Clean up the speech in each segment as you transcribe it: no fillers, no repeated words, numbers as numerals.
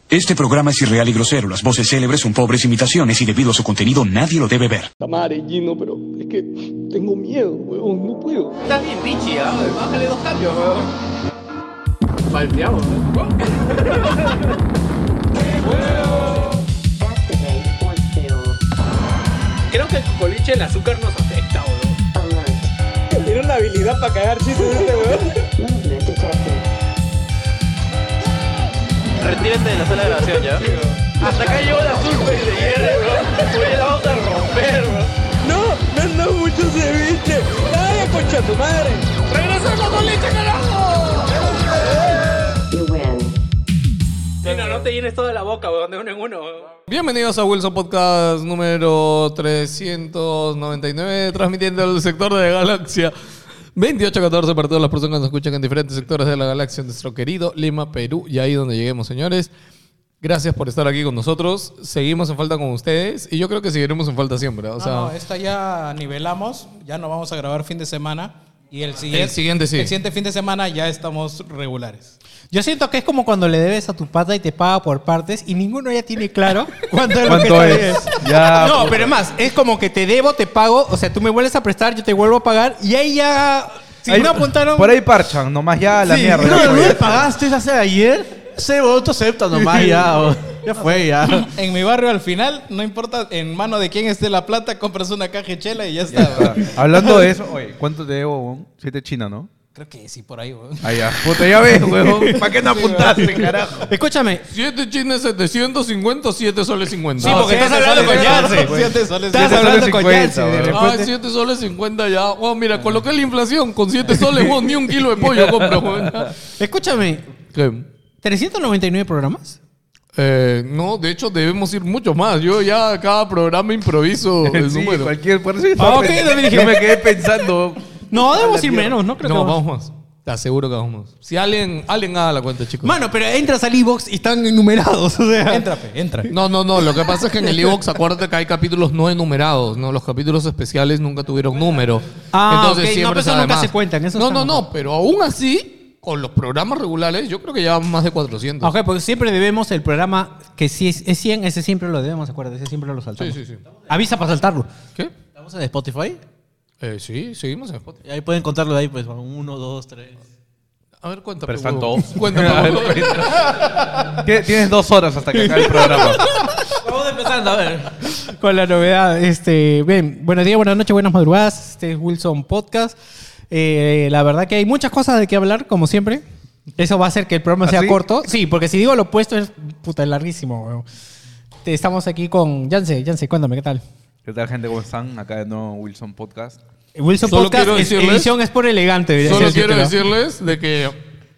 Este programa es irreal y grosero. Las voces célebres son pobres imitaciones y debido a su contenido nadie lo debe ver. Madre, Gino, pero es que tengo miedo, weón, no puedo. Estás bien pichi, ¿ah? Bájale 2 cambios, weón. Palpeamos, weón. Creo que el cocoliche, el azúcar nos afecta, weón. Tiene una habilidad para cagar chistes este weón. Retírate de la sala de grabación, ¿ya? Hasta acá llegó la surfa y se hierre, weón. Oye, la vamos a romper, weón. No anda mucho ceviche. ¡Ay, concha tu madre! ¡Regresa el cocoliche, carajo! No te llenes toda la boca, weón, de uno en uno, weón. Bienvenidos a Wilson Podcast número 399, transmitiendo el sector de Galaxia 2814 para todas las personas que nos escuchan en diferentes sectores de la galaxia, nuestro querido Lima, Perú, y ahí donde lleguemos, señores. Gracias por estar aquí con nosotros. Seguimos en falta con ustedes y yo creo que seguiremos en falta siempre. O sea, esta ya nivelamos, ya no vamos a grabar fin de semana y el siguiente fin de semana ya estamos regulares. Yo siento que es como cuando le debes a tu pata y te paga por partes y ninguno ya tiene claro cuánto es lo que te debes. Ya, no, pero es más, es como que te debo, te pago, o sea, tú me vuelves a prestar, yo te vuelvo a pagar y ahí ya... Si ahí, no apuntaron... Por ahí parchan, nomás ya la mierda. No me pagaste hace ayer, se votó, acepta nomás ya. Ya fue, ya. En mi barrio al final, no importa en mano de quién esté la plata, compras una caja de chela y ya está. Hablando de eso, oye, ¿cuánto te debo? 7 China, ¿no? Creo que sí, por ahí, weón. Ah, ya. Puta, ya ves, weón. ¿Para qué no apuntaste, carajo? Escúchame. 7 chines 750, 7 soles 50. Sí, porque estás hablando con Yance. 7 soles. Estás hablando con Yance. Ah, 7 soles 50 ya. Oh, mira, coloqué la inflación. Con 7 soles, weón, ni un kilo de pollo compro, weón. Escúchame. ¿Qué? ¿399 programas? No, de hecho debemos ir mucho más. Yo ya cada programa improviso el Sí, número. cualquier... Por eso yo me quedé pensando... No, debemos ir menos, ¿no? Creo No, que vamos más. Te aseguro que vamos más. Si alguien haga la cuenta, chicos. Mano, pero entras al iVoox y están enumerados, o sea... Entra. No. Lo que pasa es que en el iVoox, acuérdate que hay capítulos no enumerados, ¿no? Los capítulos especiales nunca tuvieron número. Entonces siempre no, pero eso sabe nunca más. se cuentan. No, pero aún así, con los programas regulares, yo creo que llevamos más de 400. Ok, porque siempre debemos el programa que si es 100, ese siempre lo debemos, acuérdate, ese siempre lo saltamos. Sí. Avisa para saltarlo. ¿Qué? ¿Estamos en Spotify? Sí, seguimos en Spotify. Y ahí pueden contarlo de ahí, pues, 1, 2, 3. A ver, cuéntame. Pero están huevo. todos. Cuéntame. Tienes 2 horas hasta que acabe el programa. Vamos empezando, a ver. Con la novedad. Bien, buenos días, buenas noches, buenas madrugadas. Este es Wilson Podcast. La verdad que hay muchas cosas de qué hablar, como siempre. Eso va a hacer que el programa sea corto. Sí, porque si digo lo opuesto es larguísimo. Weón. Estamos aquí con Yance. Yance, cuéntame, ¿qué tal? ¿Qué tal, gente? ¿Cómo están? Acá de nuevo Wilson Podcast. Wilson Solo Podcast, quiero decirles- edición es por elegante. Solo quiero decirles de que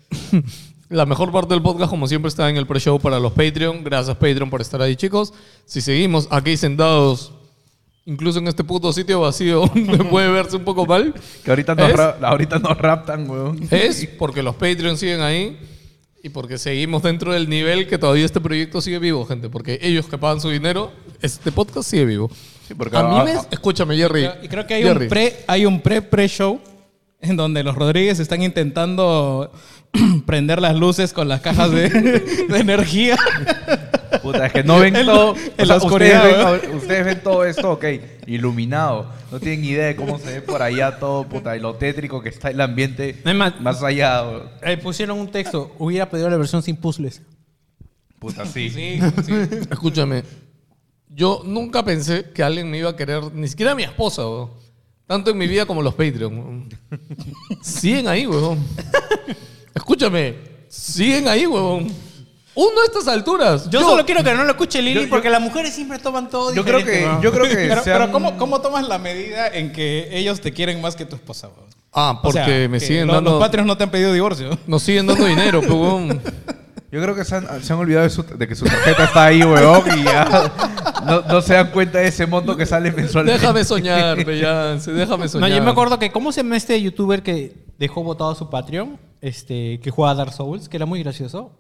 la mejor parte del podcast, como siempre, está en el pre-show para los Patreon. Gracias, Patreon, por estar ahí, chicos. Si seguimos aquí sentados, incluso en este puto sitio vacío, puede verse un poco mal. Que ahorita nos raptan, weón. Es porque los Patreon siguen ahí y porque seguimos dentro del nivel que todavía este proyecto sigue vivo, gente. Porque ellos que pagan su dinero, este podcast sigue vivo. Sí, porque A mí Escúchame, Jerry. Y creo que Jerry. hay un pre-show en donde los Rodríguez están intentando prender las luces con las cajas de energía. Puta, es que no ven todo. en la oscuridad, ustedes ven todo esto, ok, iluminado. No tienen idea de cómo se ve por allá todo, puta, y lo tétrico que está el ambiente Es más allá, weón. Pusieron un texto. Hubiera pedido la versión sin puzzles. Puta, sí. Escúchame. Yo nunca pensé que alguien me iba a querer, ni siquiera a mi esposa, weón. Tanto en mi vida como los Patreon, weón. Siguen ahí, weón. Escúchame. Siguen ahí, weón. Uno a estas alturas. Yo solo quiero que no lo escuche Lili porque las mujeres siempre toman todo Yo creo diferente, que, ¿no? yo creo que Pero ¿cómo tomas la medida en que ellos te quieren más que tu esposa, weón? Porque O sea, me que siguen los dando... Patreons no te han pedido divorcio. Nos siguen dando dinero, pues, weón. Yo creo que se han olvidado de que su tarjeta está ahí, weón, y ya no se dan cuenta de ese monto que sale mensualmente. Déjame soñar, Bellance, déjame soñar. No, yo me acuerdo que ¿cómo se llama este youtuber que dejó botado su Patreon? Que juega a Dark Souls, que era muy gracioso.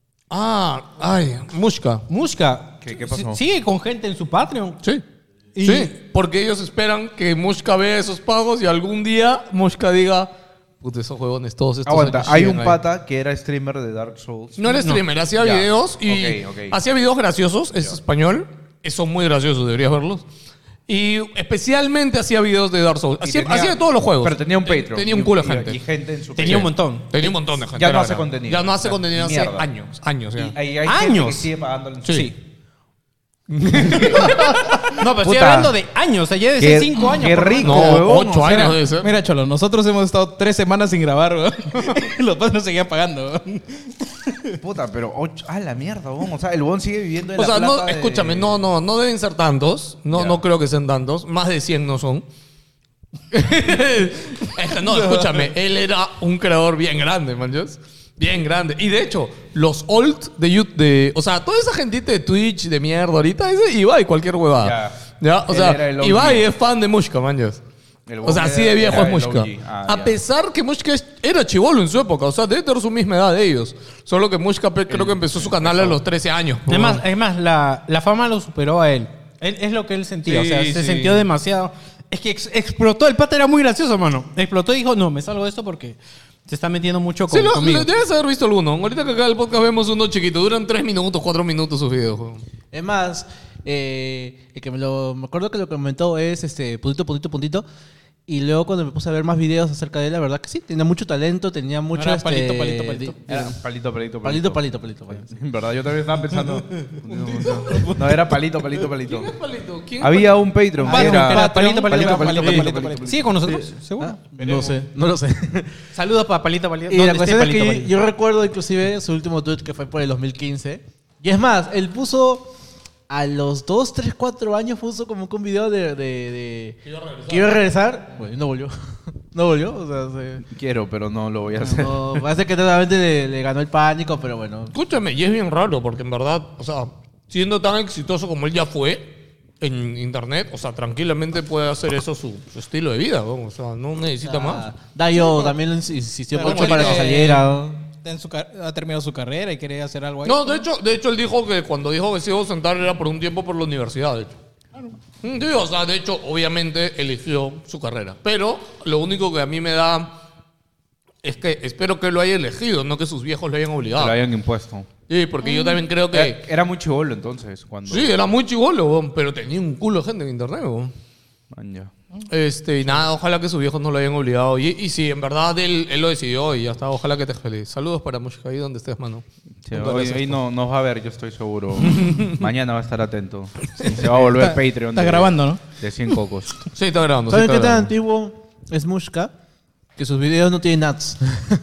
Mushka. Mushka. ¿Qué pasó? Sigue con gente en su Patreon. Sí. Y- Sí, porque ellos esperan que Mushka vea esos pagos y algún día Mushka diga, Puta, esos huevones todos estos Aguanta, años hay siguen un ahí. pata que era streamer de Dark Souls. No era streamer, hacía Ya. videos y Ok. hacía videos graciosos, es español, son muy graciosos, deberías verlos. Y especialmente hacía videos de Dark Souls. Y Hacía, tenía- hacía de todos los juegos. Pero tenía un Patreon. Tenía un culo de gente. Y gente en su Tenía un Patreon. montón. Tenía un montón de gente. Ya no era hace verdad. contenido. Ya no hace Ya, contenido hace mierda. años ya. Y hay gente ¿Años? que sigue pagándole en su Sí. No, pero estoy Puta. hablando de años, o sea, ya de Qué- 5 años. qué por lo rico, menos. No, huevón, 8 o sea, años debe ser. Mira, Cholo, nosotros hemos estado 3 semanas sin grabar, weón. Los padres nos seguían pagando, weón. Puta, pero la mierda, weón. O sea, el weón sigue viviendo en O la sea, plata escúchame, no deben ser tantos. Ya. No creo que sean tantos. Más de 100 no son. Es que no, escúchame, él era un creador bien grande, man. Bien grande. Y de hecho, los old de YouTube, o sea, toda esa gentita de Twitch de mierda ahorita, ese Ibai cualquier huevada. ¿Ya? O Él sea, era el OG. Ibai es fan de Mushka, man. El O sea, weón así de viejo era es el Mushka. OG. A Ya. pesar que Mushka era chibolo en su época, o sea, debe tener su misma edad de ellos. Solo que Mushka creo que empezó su canal a los 13 años. Es más, la fama lo superó a él. Es lo que él sentía. Sí, o sea, se sí. sintió demasiado. Es que explotó. El pata era muy gracioso, mano. Explotó y dijo, no, me salgo de esto porque se está metiendo mucho Sí, conmigo. debes haber visto alguno. Ahorita que acá en el podcast vemos uno chiquito. Duran 3 minutos, 4 minutos sus videos. Juego. Es más, el que me acuerdo que lo comentó es puntito. Y luego cuando me puse a ver más videos acerca de él, la verdad que sí, tenía mucho talento, tenía mucho... Era palito. Era palito. Palito. En verdad, yo también estaba pensando. No, era palito. Palito, ¿quién es Había un Patreon. que era Palito. Palito. ¿Sigue con nosotros? ¿Seguro? No lo sé. Saludos para Palito. Y la ¿Dónde esté cuestión es que Palito? yo recuerdo inclusive su último tweet que fue por el 2015. Y es más, él puso a los 2, 3, 4 años puso como que un video de Quiero regresar. Bueno, y no volvió. No volvió. O sea, Quiero, pero no lo voy a hacer. no, parece que totalmente le ganó el pánico, pero bueno. Escúchame, y es bien raro porque en verdad, o sea, siendo tan exitoso como él ya fue en internet, o sea, tranquilamente puede hacer eso su estilo de vida, ¿no? O sea, no necesita más. Dayo también insistió Pero mucho para que ahorita- saliera. ¿no? Ha terminado su carrera y quiere hacer algo ahí. No, de hecho él dijo que cuando dijo que se iba a sentar era por un tiempo por la universidad, de hecho. Sí, o sea, de hecho, obviamente eligió su carrera. Pero lo único que a mí me da es que espero que lo haya elegido, no que sus viejos lo hayan Que obligado. lo hayan impuesto. Sí, porque yo también creo que... Era muy chivolo entonces. Cuando... Sí, era muy chibolo, weón, pero tenía un culo de gente en internet, weón. Man, ya. Y nada, ojalá que sus viejos no lo hayan obligado. Y sí, en verdad él lo decidió y ya está. Ojalá que te feliz. Saludos para Mushka ahí donde estés, mano. Sí, Muchas hoy gracias por- no nos va a ver, yo estoy seguro. Mañana va a estar atento. Sí, se va a volver Patreon. Está grabando, ¿no? De 100 cocos. Sí, está grabando. ¿Saben sí, qué está tan grabando. antiguo es Mushka? Que sus videos no tienen ads.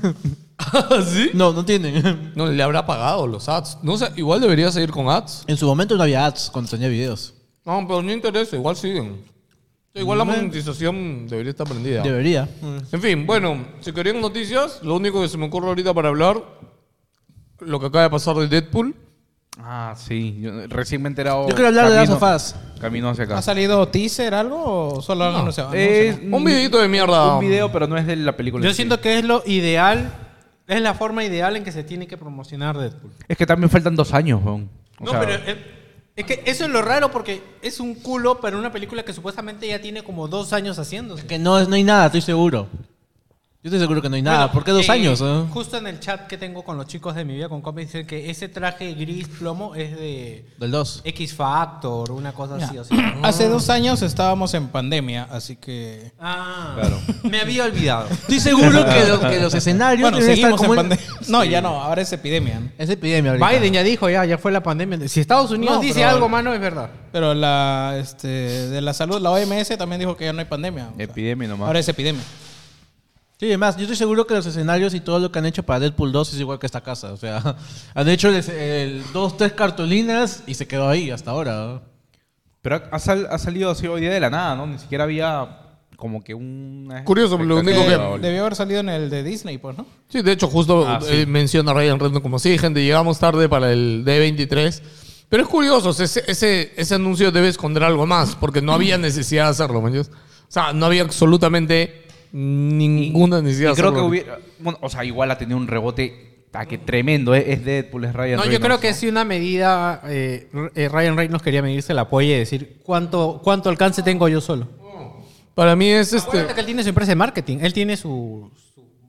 ¿Sí? No tienen. No, le habrá pagado los ads. No sé, igual debería seguir con ads. En su momento no había ads cuando tenía videos. No, pero no interesa, igual siguen. Igual la monetización debería estar prendida. Debería. En fin, bueno, si querían noticias, lo único que se me ocurre ahorita para hablar, lo que acaba de pasar de Deadpool. Ah, sí. Yo recién me he enterado. Yo quiero hablar de Last camino- of Us. Camino hacia acá. ¿Ha salido teaser algo o solo han anunciado? Es Un videito de mierda. Un video, pero no es de la película. Yo en sí. siento que es lo ideal, es la forma ideal en que se tiene que promocionar Deadpool. Es que también faltan 2 años, weón. O No, sea, pero es que eso es lo raro porque es un culo para una película que supuestamente ya tiene como 2 años haciéndose. Que no hay nada, estoy seguro. Yo estoy seguro que no hay nada. ¿Por qué 2 años? Justo en el chat que tengo con los chicos de Mi Vida con Cómics dicen que ese traje gris plomo es de Del 2. X Factor, una cosa así. O sea. Hace 2 años estábamos en pandemia, así que... Ah, Claro. me había olvidado. Estoy seguro que los escenarios Bueno, deben estar seguimos en como pandemia. No, ya no, ahora es epidemia, ¿no? Es epidemia ahorita. Biden ya dijo, ya fue la pandemia. Si Estados Unidos No, dice pero- algo, mano, es verdad. Pero de la salud, la OMS también dijo que ya no hay pandemia. O sea, Epidemia nomás. ahora es epidemia. Sí, además, yo estoy seguro que los escenarios y todo lo que han hecho para Deadpool 2 es igual que esta casa. O sea, han hecho 2, 3 cartulinas y se quedó ahí hasta ahora. ¿no? Pero ha salido así hoy día de la nada, ¿no? Ni siquiera había como que una... Curioso, lo único que- Debió haber salido en el de Disney, pues, ¿no? Sí, de hecho, justo Sí. menciona Ryan Reynolds como, sí, gente, llegamos tarde para el D23. Pero es curioso, o sea, ese anuncio debe esconder algo más, porque no había necesidad de hacerlo, ¿me entiendes? O sea, no había absolutamente ninguna necesidad Y de creo hacerlo. que hubiera... Bueno, o sea, igual ha tenido un rebote que tremendo. Es Deadpool, es Ryan No, yo Reynolds, creo que ¿no? sí una medida, Ryan Reynolds quería medirse la polla y decir cuánto alcance tengo yo solo. Para mí es Acuérdate que él tiene su empresa de marketing, él tiene su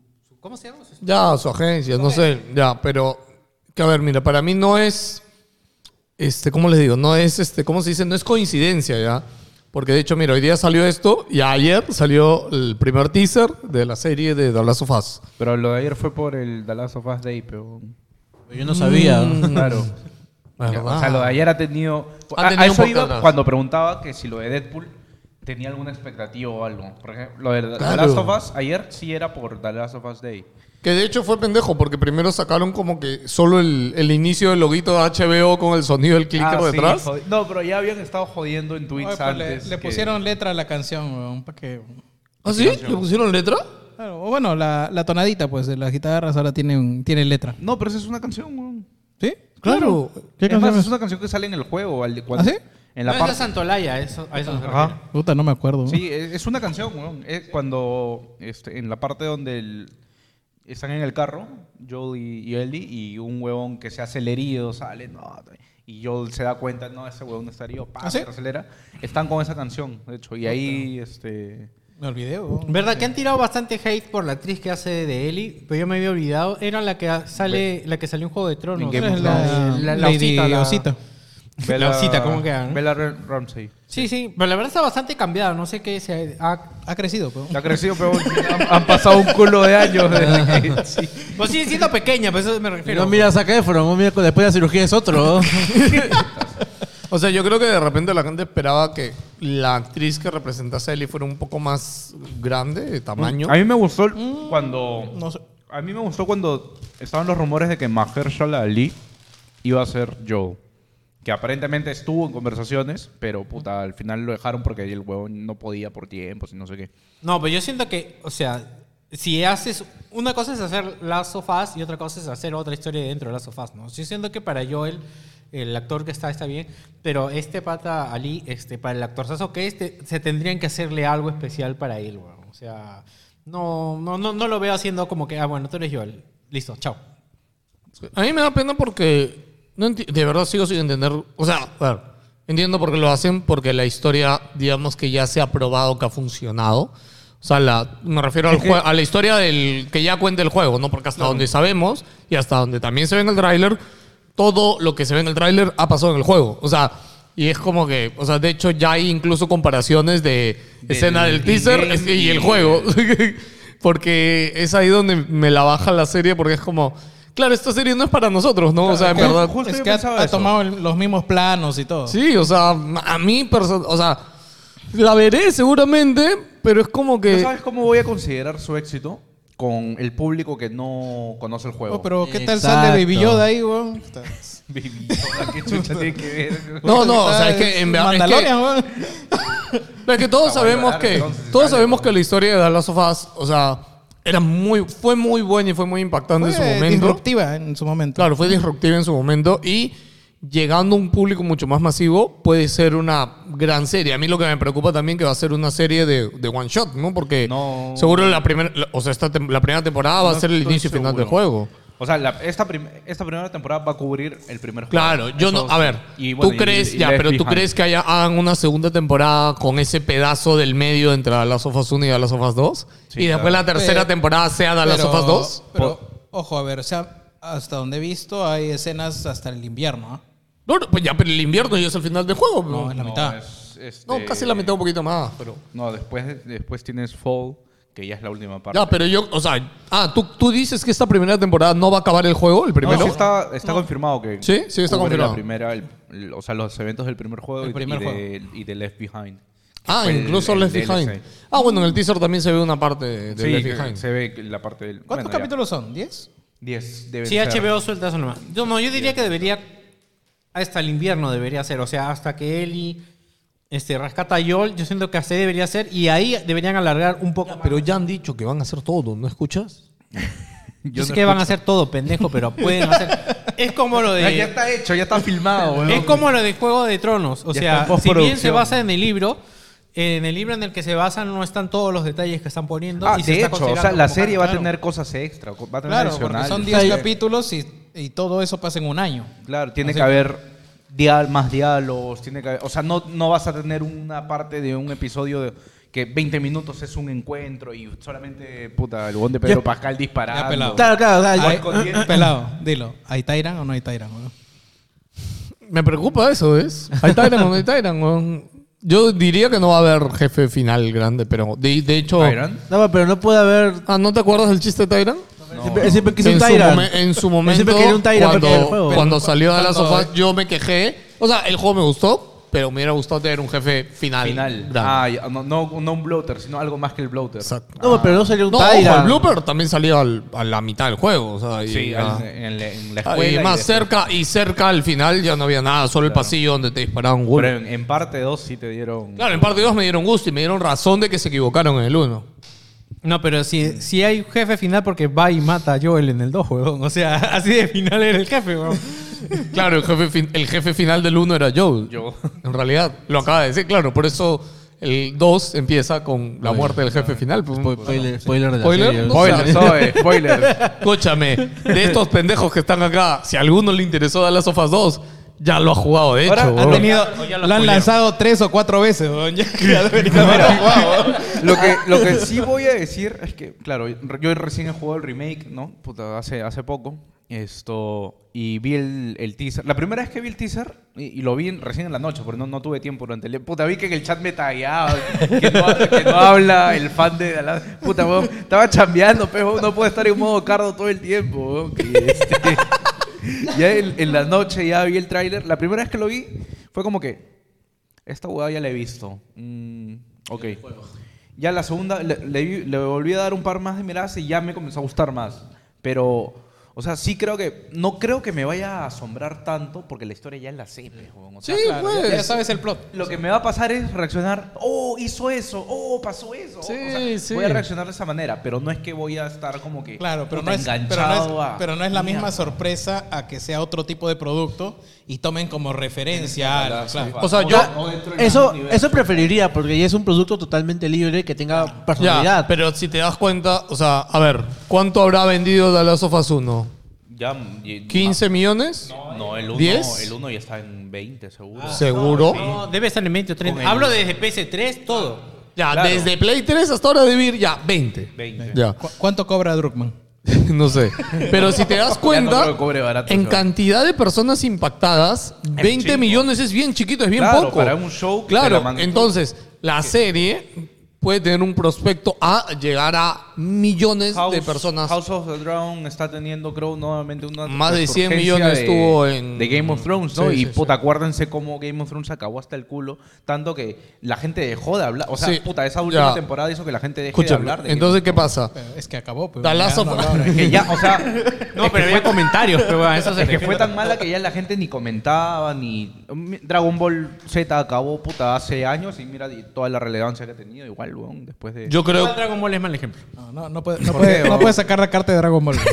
¿Cómo se llama? Ya, su agencia, no sé. Ya, pero... Que a ver, mira, para mí no es... ¿Cómo les digo? No es, ¿cómo se dice? No es coincidencia, ¿ya? Porque de hecho, mira, hoy día salió esto y ayer salió el primer teaser de la serie de The Last of Us. Pero lo de ayer fue por el The Last of Us Day, pero... Yo no sabía. Claro. ¿Verdad? O sea, lo de ayer ha tenido... Ha tenido a eso un poco iba atrás. cuando preguntaba que si lo de Deadpool tenía alguna expectativa o algo. Por ejemplo, lo de The Claro. Last of Us ayer sí era por The Last of Us Day. Que de hecho fue pendejo porque primero sacaron como que solo el inicio del loguito de HBO con el sonido del clicker sí, detrás. no, pero ya habían estado jodiendo en tweets Oye, pues antes. le que- pusieron letra a la canción, weón, para que... ¿Ah, sí? ¿Le pusieron letra? Claro, o bueno, la tonadita, pues, de las guitarras ahora tiene letra. No, pero esa es una canción, weón. ¿Sí? Claro. ¿Qué Es más, canción es es? una canción que sale en el juego. ¿Ah, sí? En No, la es de parte... Santolaya, eso, a eso se refiere. Ajá. Puta, no me acuerdo. Sí, es una canción, weón. Es cuando en la parte donde están en el carro, Joel y Ellie, y un huevón que se hace el herido sale, no, y Joel se da cuenta, no, ese huevón está herido, ¿Ah, sí? se acelera. Están con esa canción, de hecho, y ahí, Me olvidé, weón. ¿Verdad que han tirado bastante hate por la actriz que hace de Ellie? Pero yo me había olvidado. Era la que salió en Juego de Tronos. En Game of la Lady osita, Osita. La osita, ¿cómo queda, no? Bella Ramsey. Sí, sí. Pero la verdad está bastante cambiada. No sé qué se Ha crecido, pero... Ha crecido, pero han pasado un culo de años desde que... Sí. Pues sigue siendo pequeña, pues eso me refiero. Pero mira, Zac Efron, mira, después de la cirugía es otro. O sea, yo creo que de repente la gente esperaba que la actriz que representase a Ellie fuera un poco más grande, de tamaño. A mí me gustó cuando... No sé. A mí me gustó cuando estaban los rumores de que Mahershala Ali iba a ser Joel. Que aparentemente estuvo en conversaciones, pero puta, al final lo dejaron porque el huevón no podía por tiempos y no sé qué. No, pero yo siento que, o sea, si haces... Una cosa es hacer Last of Us y otra cosa es hacer otra historia dentro de Last of Us, ¿no? Yo siento que para Joel, el actor que está bien, pero pata Ali, para el actorzazo que se tendrían que hacerle algo especial para él, weón. O sea, no lo veo haciendo como que, bueno, tú eres Joel. Listo, chao. A mí me da pena porque de verdad sigo sin entender. O sea, a ver, entiendo por qué lo hacen, porque la historia, digamos que ya se ha probado que ha funcionado. O sea, me refiero a la historia del que ya cuenta el juego, ¿no? Porque hasta donde sabemos y hasta donde también se ve en el tráiler, todo lo que se ve en el tráiler ha pasado en el juego. O sea, y es como que, o sea, de hecho ya hay incluso comparaciones de escena del teaser y el juego. Porque es ahí donde me la baja la serie, porque es como, claro, esta serie no es para nosotros, ¿no? O sea, en verdad. Justo Es yo que pensaba ha eso. tomado los mismos planos y todo. Sí, o sea, a mí, o sea, la veré seguramente, pero es como ¿No que... sabes cómo voy a considerar su éxito? Con el público que no conoce el juego. Oh, pero ¿qué tal Exacto. sale Baby Yoda ahí, weón? Baby Yoda, ¿qué chucha tiene que ver? No, o sea, es que en verdad... Mandalorian, weón. Es que todos Ah, sabemos bueno, que entonces, todos sale, sabemos ¿no? que la historia de The Last of Us, o sea, fue muy buena y fue muy impactante en su Fue momento. disruptiva en su momento. Claro, fue disruptiva en su momento y llegando a un público mucho más masivo puede ser una gran serie. A mí lo que me preocupa también que va a ser una serie de one shot, ¿no? Porque No. seguro la primera temporada va a No ser el estoy inicio y final del seguro. juego. O sea, esta primera temporada va a cubrir el primer juego. Claro, yo Eso no. A ver, sí. Y bueno, tú crees, y ya, Left pero tú Behind. crees que hagan una segunda temporada con ese pedazo del medio entre The Last of Us 1 y The Last of Us 2? Sí, y después claro. la tercera temporada sea The Last of Us 2? Pero, ojo, a ver, o sea, hasta donde he visto hay escenas hasta el invierno, ¿ah? No, pues ya, pero el invierno ya es el final del juego. No, es la mitad. No, casi la mitad un poquito más, pero... No, después tienes Fall, que ya es la última parte. Ya, pero yo, o sea... ¿tú dices que esta primera temporada no va a acabar el juego, el primero? No, sí está confirmado que Sí, está cubre confirmado. la primera, o sea, los eventos del primer juego, El primer y de Left Behind. Ah, Fue incluso Left DLC. Behind. Ah, bueno, en el teaser también se ve una parte de Sí, Left que Behind. se ve la parte del... ¿Cuántos bueno, ya. capítulos son? ¿10? 10 deben Sí, ser. HBO suelta eso nomás. Yo diría que debería... Hasta el invierno debería ser. O sea, hasta que Ellie rescata a Joel, yo siento que así debería ser. Y ahí deberían alargar un poco. Pero ya han dicho que van a hacer todo, ¿no escuchas? Yo sé que van a hacer todo, pendejo, pero pueden hacer... Es como lo Ya de... está hecho, ya está filmado, weón. Es como lo de Juego de Tronos. O Ya sea, está en si bien se postproducción. basa en el libro en el que se basan no están todos los detalles que están poniendo. Ah, y se de está hecho, o sea, considerando la como serie va a canon. tener cosas extra, va a tener Claro, porque adicionales. son 10 capítulos y todo eso pasa en un año. Claro, tiene Así que haber más diálogos, tiene que haber, o sea, no vas a tener una parte de un episodio que 20 minutos es un encuentro y solamente, puta, el huevón de Pedro Pascal disparando. Ya, pelado. Claro, o sea, Ay, con 10. pelado, dilo. ¿Hay Tyrant o no hay Tyrant, weón? Me preocupa eso, ¿ves? ¿Hay Tyrant o no hay Tyrant, weón? Yo diría que no va a haber jefe final grande, pero de hecho... Tyrant. No, pero no puede haber... Ah, ¿no te acuerdas del chiste de Tyrant? Él siempre quiso un En su, Tyrant. en su Él momento, siempre quería un Tyrant cuando, para el juego. cuando salió de las Cuando- sofás, yo me quejé. O sea, el juego me gustó, pero me hubiera gustado tener un jefe final. Final. grande. Ah, ya, no un bloater, sino algo más que el bloater. Exacto. No, pero no salió un No, ojo, Tyrant. el blooper también salió a la mitad del juego. O sea, Sí, ya- en la Ah, escuela. y más después. cerca al final ya no había nada, solo el pasillo donde te disparaban un Pero golpe. en parte 2 sí te dieron... Claro, en parte 2 me dieron gusto y me dieron razón de que se equivocaron en el 1. No, pero si hay un jefe final porque va y mata a Joel en el 2, weón. O sea, así de final era el jefe, weón. Claro, el jefe final del 1 era Joel. Yo. En realidad, lo acaba de decir, claro. Por eso el 2 empieza con la muerte del jefe final. Pues, Spoiler de la ¿Spoiler? serie. Spoiler, Zoe, spoiler. Escúchame, de estos pendejos que están acá, si a alguno le interesó The Last of Us 2, ya lo ha jugado, de hecho. Ahora, Han weón. tenido, ya lo lo han spoileo. lanzado 3 o 4 veces, weón. Ya que ya deberían haberlo jugado, weón. Lo que sí voy a decir es que, claro, yo recién he jugado el remake, ¿no? Puta, hace poco. Y vi el teaser. La primera vez que vi el teaser, y lo vi recién en la noche, porque no tuve tiempo durante el día. Puta, vi que en el chat me tagueaba, que no habla el fan de la... Puta, weón, estaba chambeando, pero no puede estar en modo cardo todo el tiempo, weón. Ya en la noche ya vi el tráiler. La primera vez que lo vi fue como que, esta hueá ya la he visto. Ok. Ya la segunda, le volví a dar un par más de miradas y ya me comenzó a gustar más. Pero, o sea, no creo que me vaya a asombrar tanto porque la historia ya la sé, pues, weón. O sea, Sí, Claro, pues. ya sabes el plot. lo que me va a pasar es reaccionar, oh, hizo eso, oh, pasó eso. Sí, O sea, sí. voy a reaccionar de esa manera, pero no es que voy a estar como que Claro, pero puta, no, es, enganchado pero no es la Mierda. misma sorpresa a que sea otro tipo de producto y tomen como referencia algo. Claro. O sea, yo... Eso preferiría, porque ya es un producto totalmente libre que tenga Ya, personalidad. pero si te das cuenta, o sea, a ver, ¿cuánto habrá vendido The Last of Us 1? Ya, ¿15 millones? No, el 1 ¿10? el uno ya está en 20, seguro. ¿Seguro? No, debe estar en 20 o 30. Con el- Hablo desde PS3, todo. Ya, Claro. desde Play 3 hasta ahora debe ir ya 20. 20. Ya, ¿Cuánto cobra Druckmann? no sé. Pero si te das Ya no cuenta, creo que cobre barato, en chaval. cantidad de personas impactadas, 20 chico. millones es bien chiquito, es bien Claro, poco. para un show de Claro, la magnitud. entonces, la serie puede tener un prospecto a llegar a millones de personas. House of the Dragon está teniendo, creo, nuevamente una Más de 100 resurgencia millones tuvo en- de Game of Thrones, ¿no? Sí, y sí, puta, acuérdense cómo Game of Thrones acabó hasta el culo, tanto que la gente dejó de hablar. O sea, Sí, puta, esa última ya. temporada hizo que la gente deje de Escúchame, hablar de entonces, ¿qué pasa? Pero es que acabó. Pues, The Last ya of no Us- hablo. que ya, o sea, No, pero había comentarios, pero bueno, eso se es que refiere. fue tan mala que ya la gente ni comentaba, ni... Dragon Ball Z acabó, puta, hace años y mira toda la relevancia que ha tenido igual, weón, después de... Yo creo Dragon Ball es mal ejemplo. No ¿Por qué, puede sacar la carta de Dragon Ball.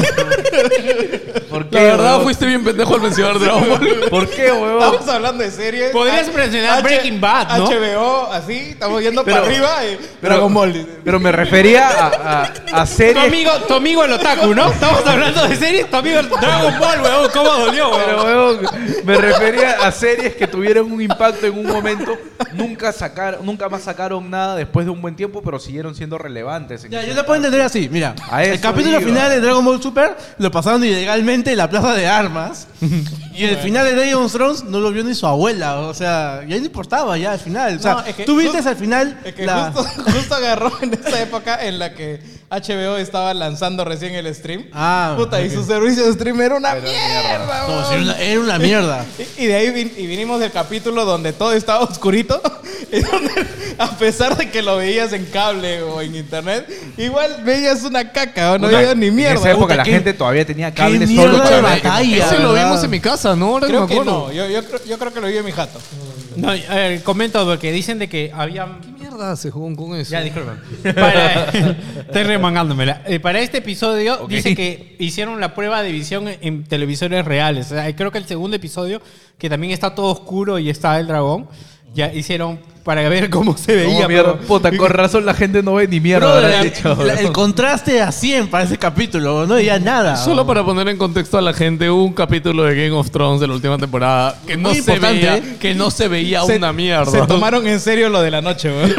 ¿Por la verdad weón? fuiste bien pendejo al mencionar Dragon Ball. ¿Por qué, weón? Estamos hablando de series. Podrías mencionar Breaking Bad, ¿no? HBO, así, estamos yendo Pero- para arriba y pero- Dragon Ball. Pero me refería a Tu series... amigo el otaku, ¿no? Estamos hablando de series, tu amigo el Dragon Ball, weón. ¿Cómo dolió, Pero, weón? weón, me refería a series que tuvieron un impacto en un momento, nunca más sacaron nada después de un buen tiempo, pero siguieron siendo relevantes. Ya, yo te puedo entender así. Mira, A el eso capítulo iba. final de Dragon Ball Super lo pasaron ilegalmente en la plaza de armas. Y el final de Game of Thrones no lo vio ni su abuela. O sea, ya no importaba ya al final. O sea, No, es que tú viste justo- al final. Es que justo agarró en esa época en la que HBO estaba lanzando recién el stream. Ah, Puta, y ok. su servicio de stream era una mierda. No, weón. sí, era una mierda. Y de ahí vinimos del capítulo donde todo estaba oscurito. Y donde, a pesar de que lo veías en cable o en internet, igual veías una caca o no Puta, veías ni mierda. En esa época Puta, la ¿qué- gente todavía tenía qué cable mierda solo de para batalla. Ese lo ¿verdad? vimos en mi casa, ¿no? Ahora Creo me que acuerdo. no. Yo creo que lo vi en mi jato. No, comento porque dicen de que había... ¿Qué mierda se jugó con eso? Ya, disculpa. Estoy remangándomela. Para este episodio dice que hicieron la prueba de visión en televisores reales. O sea, creo que el segundo episodio, que también está todo oscuro y está el dragón, Ya hicieron para ver cómo se veía. No, mierda, pero- puta, con razón la gente no ve ni mierda. Brother, habrán dicho, el contraste a 100 para ese capítulo, no diría nada. Solo para poner en contexto a la gente, hubo un capítulo de Game of Thrones de la última temporada que no, Muy se importante, veía, ¿eh? que no se veía Se- una mierda. Se tomaron en serio lo de la noche, weón.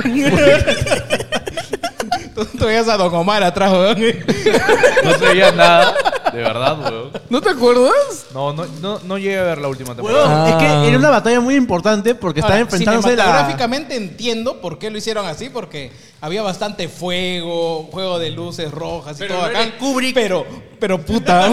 Tú veías a Don Omar atrás, weón. No se veía nada. De verdad, weón. ¿No te acuerdas? No llegué a ver la última temporada. Weón, es que era una batalla muy importante porque estaba Ahora, enfrentándose la... cinematográficamente entiendo por qué lo hicieron así, porque había bastante fuego, juego de luces rojas y Pero todo no acá. era Kubrick. Pero puta.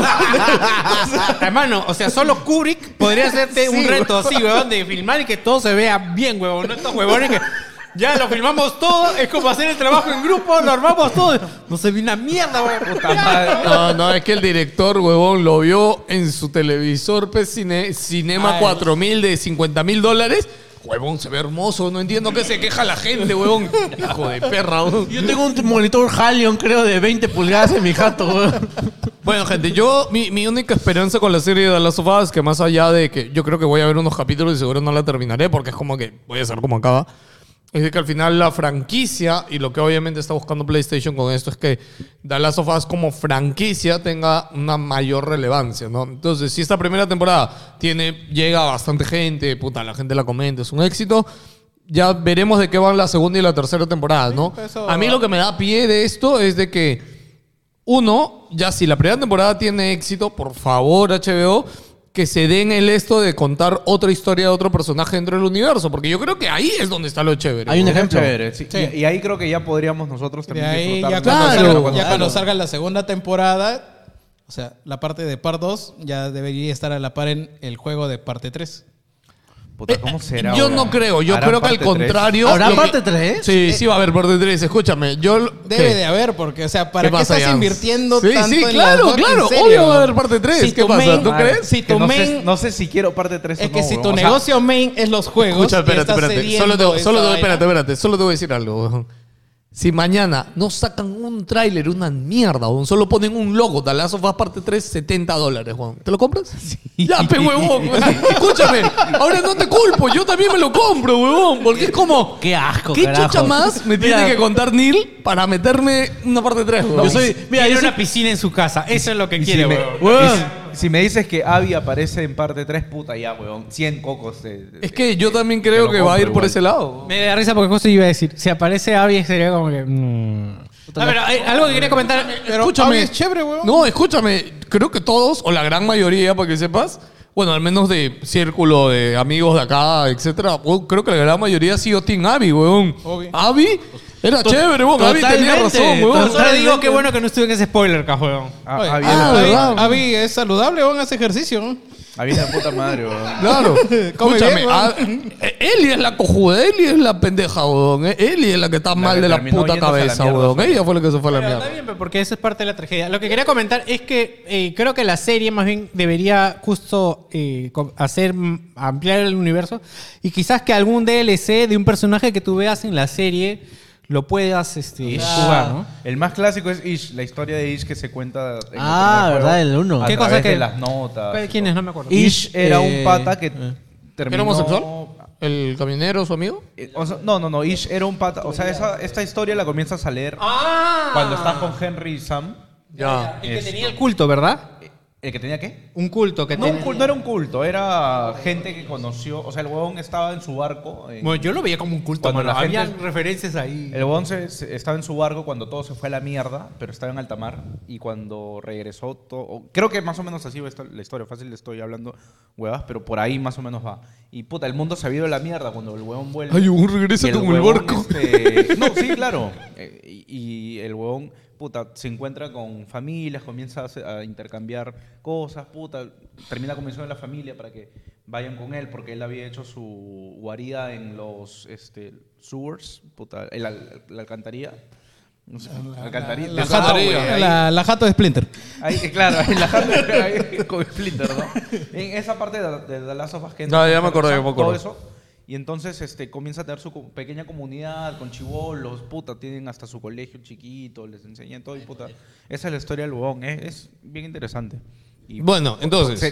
Hermano, o sea, solo Kubrick podría hacerte un reto así, weón, de filmar y que todo se vea bien, weón. No estos huevones que ya lo filmamos todo, es como hacer el trabajo en grupo, lo armamos todo. No se ve una mierda, weón. Puta madre. No, es que el director, huevón, lo vio en su televisor Cinema Ay. 4000 de $50,000. Huevón, se ve hermoso. No entiendo qué se queja la gente, huevón. Hijo de perra, huevón. Yo tengo un monitor Halion, creo, de 20 pulgadas en mi jato, weón. Bueno, gente, mi única esperanza con la serie de The Last of Us, que más allá de que yo creo que voy a ver unos capítulos y seguro no la terminaré, porque es como que voy a saber cómo acaba, es de que al final la franquicia, y lo que obviamente está buscando PlayStation con esto, es que The Last of Us como franquicia tenga una mayor relevancia, ¿no? Entonces, si esta primera temporada llega bastante gente, puta, la gente la comenta, es un éxito, ya veremos de qué van la segunda y la tercera temporada, ¿no? eso- A mí lo que me da pie de esto es de que, uno, ya si la primera temporada tiene éxito, por favor, HBO, que se den el esto de contar otra historia de otro personaje dentro del universo, porque yo creo que ahí es donde está lo chévere. Hay un ¿no? ejemplo. Chévere, sí. Sí. Y ahí creo que ya podríamos nosotros De también ahí, disfrutar. ya de cuando, la salga, serie ya cuando salga la segunda temporada, o sea, la parte de Part 2 ya debería estar a la par en el juego de parte 3. Puta, ¿cómo será? Yo weón? no creo, yo ¿Harán creo que al parte tres? contrario... ¿Habrá lo que- parte 3? Sí, sí va a haber parte 3. Escúchame, Debe ¿qué? de haber, porque, o sea, ¿para ¿Qué qué pasa, estás Jans? invirtiendo Sí, tanto sí, en claro, las dos? claro, ¿En serio? obvio va a haber parte 3. Si ¿Qué tu pasa? main- ¿Tú crees? Si Que tu no, main... sé, no sé si quiero parte 3 Es o que no, si weón. tu O sea, negocio main es los juegos... Escucha, y estás espérate. cediendo esa vaina- Solo te voy a decir algo, weón. Si mañana no sacan un tráiler, una mierda, weón, solo ponen un logo, The Last of Us parte 3, $70, weón. ¿Te lo compras? Ya, pe, huevón. Escúchame, ahora no te culpo, yo también me lo compro, huevón. Porque es como, Qué asco, ¿qué carajo. chucha más me Mira, tiene que contar Neil para meterme una parte 3, huevón? Yo soy... Mira, Tiene yo soy... una piscina en su casa. Eso es lo que y quiere, si me, weón. Weón. si me dices que Abby aparece en parte 3, puta ya, weón. 100 cocos. Es que yo también creo lo que va a ir compro por igual. ese lado. Me da risa porque justo iba a decir, si aparece Abby sería como que... A ver, algo que quería comentar. Pero Escúchame. Abby es chévere, weón. No, escúchame. Creo que todos, o la gran mayoría, para que sepas, bueno, al menos de círculo de amigos de acá, etcétera, weón, creo que la gran mayoría ha sido Team Abby, weón. Obvio. Abby era chévere, weón. Abby tenía totalmente, razón, weón. Solo digo qué bueno que no estuve en ese spoiler, weón. Oye, Abby ¿verdad? Abby es saludable, weón, hace ejercicio, ¿no? Abby es de puta madre, weón. Claro. Come Escúchame, bien, Ellie es la cojuda, Ellie es la pendeja, weón. Ellie es la que está mal que de la terminó puta yéndose a la cabeza, mierda, weón. sí. Ella fue la que se fue a la Pero mierda. está bien, pero porque eso es parte de la tragedia. Lo que quería comentar es que creo que la serie más bien debería justo ampliar el universo y quizás que algún DLC de un personaje que tú veas en la serie lo puedas jugar, ¿no? El más clásico es Ish, la historia de Ish que se cuenta en el primer ¿verdad? juego, El 1. a ¿Qué cosa través que- de las notas. ¿Quién es? No me acuerdo. Ish era un eh, pata que ¿Era terminó... homosexual? ¿El camionero, su amigo? O sea, no. Ish era un pata... O sea, esta historia la comienzas a leer cuando estás con Henry y Sam. Ya. El que tenía el culto, ¿verdad? ¿El que tenía qué? Un culto que No, tenía. no era un culto, era gente que conoció... O sea, el huevón estaba en su barco. Bueno, yo lo veía como un culto, Cuando mano. la gente- Había referencias ahí. El huevón estaba en su barco cuando todo se fue a la mierda, pero estaba en alta mar. Y cuando regresó todo... Creo que más o menos así va la historia. Fácil le estoy hablando huevas, pero por ahí más o menos va. Y puta, el mundo se ha ido a la mierda cuando el huevón vuelve. Ay, huevón, regresa Y como el huevón, barco. No, sí, claro. Y el huevón, puta, se encuentra con familias, comienza a intercambiar cosas, puta. Termina convenciendo a la familia para que vayan con él, porque él había hecho su guarida en los sewers, puta, la alcantarilla. No sé, alcantarilla. La desagüe, jato, ahí. la jato de Splinter. Ahí, claro, en la jato ahí con Splinter, ¿no? En esa parte de The Last of Us que No, ya me acordé, ya me acuerdo. todo eso. Y entonces comienza a tener su pequeña comunidad con chibolos, puta, tienen hasta su colegio chiquito, les enseñan todo y puta. Esa es la historia del huevón, es bien interesante. Y, Bueno, entonces.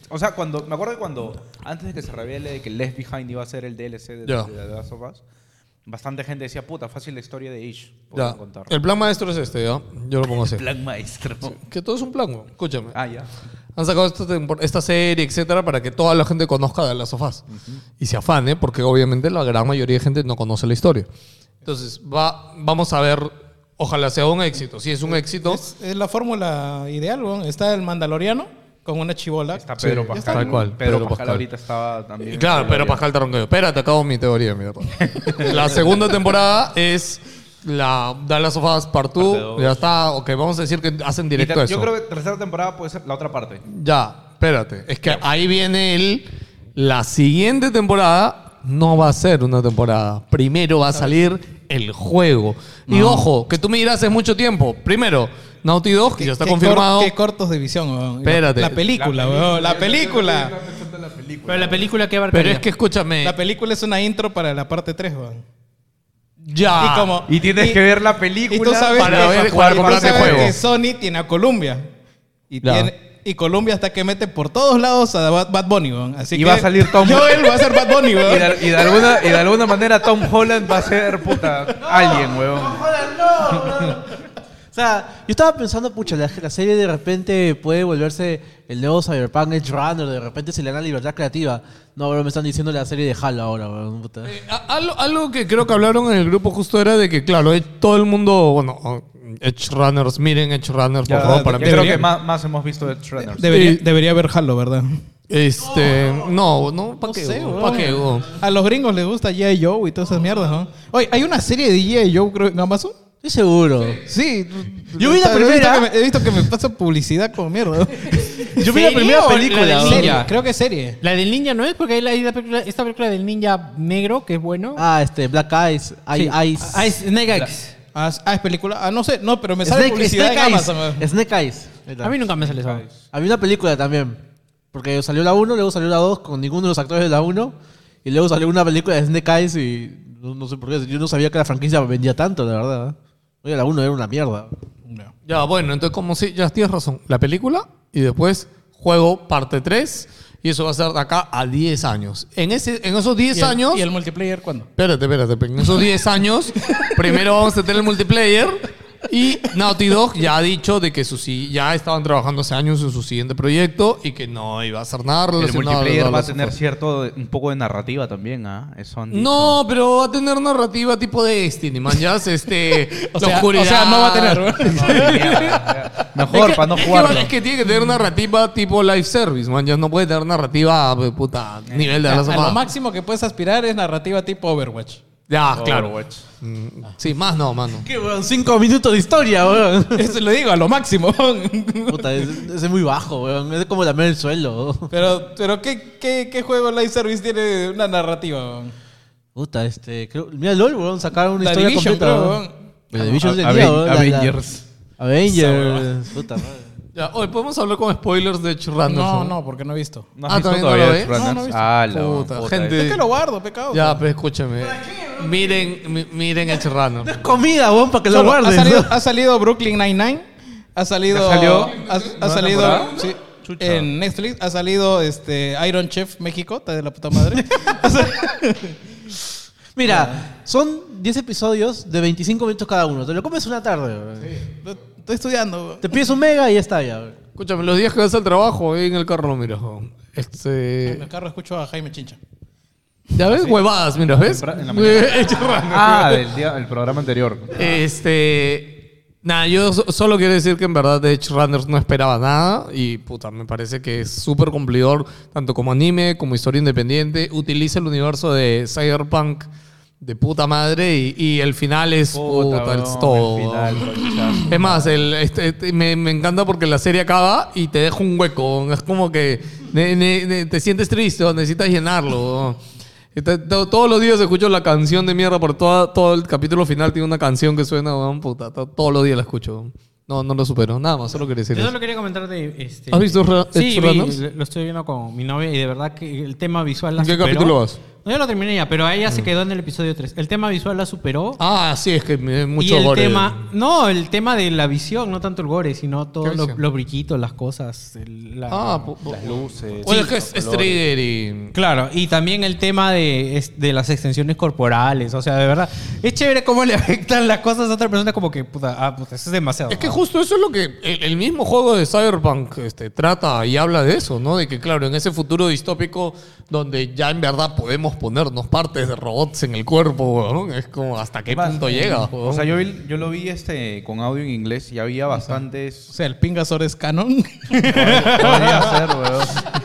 O sea, me acuerdo que antes de que se revele de que Left Behind iba a ser el DLC de The Last of Us, bastante gente decía, puta, fácil la historia de Ish. Ya. El plan maestro es este, ¿ya? Yo lo pongo así. Plan maestro. Que todo es un plan, güey. Escúchame. Ah, ya. Han sacado esta serie, etcétera, para que toda la gente conozca de las sofás. Y se afane, porque obviamente la gran mayoría de gente no conoce la historia. Entonces, vamos a ver, ojalá sea un éxito. Si es un éxito... Es la fórmula ideal, weón. Está el Mandaloriano con una chibola. Está Pedro Pascal. tal cual. Pedro Pascal ahorita estaba también. Y claro, Pedro Pascal te ronqueo. Espérate, acabo mi teoría, mierda. La segunda temporada es la The Last of Us Part 2. Ya está, ok, vamos a decir que hacen directo eso. Yo creo que tercera temporada puede ser la otra parte. Ya, espérate. Es que ahí viene la siguiente temporada no va a ser una temporada. Primero va a salir el juego. Y ojo, que tú me dirás hace mucho tiempo. Primero, Naughty Dog, que ya está confirmado. Qué cortos de visión, weón. Espérate. La película, weón. La película. Pero la película que abarca. Pero es que escúchame. La película es una intro para la parte 3, weón. Ya. Y tienes que ver la película y tú sabes para ver jugar tú comprarte sabes juego. que Sony tiene a Columbia. Ya. Y Columbia hasta que mete por todos lados a Bad Bunny, weón. Así Y que va a salir Tom Joel va a ser Bad Bunny, weón. y de alguna manera Tom Holland va a ser puta alguien, weón. O sea, yo estaba pensando, pucha, la serie de repente puede volverse el nuevo Cyberpunk Edge Runner, de repente se le da la libertad creativa. No, bro, me están diciendo la serie de Halo ahora, weón. Puta. Algo que creo que hablaron en el grupo justo era de que, claro, todo el mundo, bueno, Edge Runners, miren Edge Runners, por favor, para mí. Creo que más hemos visto de Edge Runners. Debería haber Halo, ¿verdad? No, ¿para qué? sé, weón. ¿Para qué? A los gringos les gusta G.I. Joe y todas esas mierdas, ¿no? Oye, hay una serie de G.I. Joe, creo, en Amazon. Estoy seguro. Sí. Yo vi la primera. He visto que me pasa publicidad con mierda. Yo vi la primera película. La del weón. ninja? Creo que es serie. La del ninja no es porque hay esta película del ninja negro que es bueno. Black Eyes. Snake Eyes. Es película. No sé, no, pero me sale publicidad en Amazon. Snake Eyes. A mí nunca me sale eso. Había una película también. Porque salió la 1, luego salió la 2 con ninguno de los actores de la 1. Y luego salió una película de Snake Eyes y no sé por qué. Yo no sabía que la franquicia vendía tanto, la verdad. Oye, la 1 era una mierda. Ya, bueno, entonces como si, ya tienes razón. La película y después juego parte 3 y eso va a ser de acá a 10 años. En esos 10 años... ¿Y el multiplayer cuándo? Espérate. En esos 10 años, primero vamos a tener el multiplayer y Naughty Dog ya ha dicho de que ya estaban trabajando hace años en su siguiente proyecto y que no iba a hacer nada El relacionado multiplayer va a las tener sofás. un poco de narrativa también, ¿ah? Eso han dicho. No, pero va a tener narrativa tipo de Destiny, man. Ya la oscuridad. O sea, no va a tener. Mejor, para no jugarlo. Es que tiene que tener narrativa tipo live service, man. Ya no puede tener narrativa, puta, nivel de la A lo sofá. máximo que puedes aspirar es narrativa tipo Overwatch. Ya, claro. Overwatch. Sí, más no, mano. ¿Qué, weón? 5 minutos de historia, weón. Eso lo digo, a lo máximo. Puta, ese es muy bajo, weón. Es como lamer el suelo. Pero ¿qué juego live service tiene una narrativa? Weón? Puta, mira LOL, weón. Sacaron una La historia Division, completa, creo, weón. weón. The Division tenía, weón. Avengers. Avengers. Puta madre. Ya, hoy podemos hablar con spoilers de Edge Runners. No, porque no he visto. ¿No has visto ¿también no todavía lo Edge ves? Runners? No he visto. Ah, la Puta, puta. gente. Es que lo guardo, pecado. Ya, pero escúchame. Miren Edge Runners. Comida, weón, para que lo Solo, guardes. ha salido Brooklyn Nine-Nine. Ha salido. ¿Ya salió? Ha salido. temporada? Sí, Chucha. en Netflix. Ha salido Iron Chef México. Está de la puta madre. Mira, son 10 episodios de 25 minutos cada uno. Te lo comes una tarde, weón. Estoy estudiando. Weón. Te pides un mega y ya está, ya, weón. Escúchame, los días que vas al trabajo, ahí en el carro lo miras. En el carro escucho a Jaime Chincha. Ya ves, huevadas, mira, ¿ves? En la mañana. Edge Runners. Ah, el programa anterior. Nada, yo solo quiero decir que en verdad de Edge Runners no esperaba nada y puta, me parece que es súper cumplidor, tanto como anime, como historia independiente. Utiliza el universo de Cyberpunk de puta madre y el final es puta, es todo. Es más, me encanta porque la serie acaba y te deja un hueco. Es como que te sientes triste o necesitas llenarlo. Todos los días escucho la canción de mierda por todo el capítulo final. Tiene una canción que suena, puta, todos los días la escucho. No lo supero. Nada más, solo quería decir Yo eso. solo quería comentar de... ¿Has visto Sí, Edge Runners? lo estoy viendo con mi novia y de verdad que el tema visual la ¿En qué superó. capítulo vas? No, yo lo terminé ya, pero ahí ya se quedó en el episodio 3. El tema visual la superó. Ah, sí, es que mucho y el gore. tema... No, el tema de la visión, no tanto el gore, sino todos visión? los brillitos, las cosas. Las luces. Bueno, es que es Strider y... Claro, y también el tema de las extensiones corporales. O sea, de verdad, es chévere cómo le afectan las cosas a otra persona como que, puta, eso es demasiado. Es que justo eso es lo que el mismo juego de Cyberpunk trata y habla de eso, ¿no? De que, claro, en ese futuro distópico donde ya en verdad podemos ponernos partes de robots en el cuerpo, ¿no? Es como hasta qué punto llega. O sea, yo lo vi con audio en inglés y había bastantes... O sea, el Pingasor es canon. Podría ser, weón.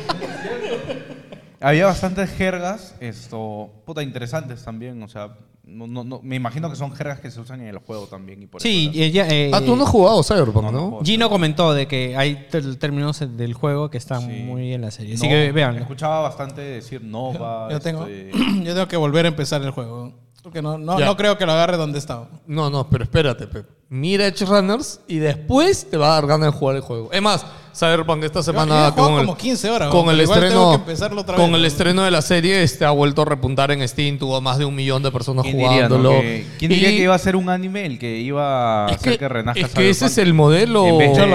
Había bastantes jergas, interesantes también, o sea, no, me imagino que son jergas que se usan en el juego también. Y por sí, eso tú no has jugado Cyberpunk, ¿no? Gino comentó de que hay términos del juego que están muy en la serie. Así que vean. Escuchaba bastante decir Nova. Yo tengo que volver a empezar el juego. Porque no creo que lo agarre donde estaba. No, pero espérate, Pep. Mira Edge Runners y después te va a dar ganas de jugar el juego. Es más, Cyberpunk esta semana yo como 15 horas. con el igual estreno tengo que empezarlo otra vez, con el estreno de la serie ha vuelto a repuntar en Steam, tuvo más de 1 millón de personas jugándolo. ¿Quién diría que iba a ser un anime el que iba a hacer que renazca Es que ese es el modelo.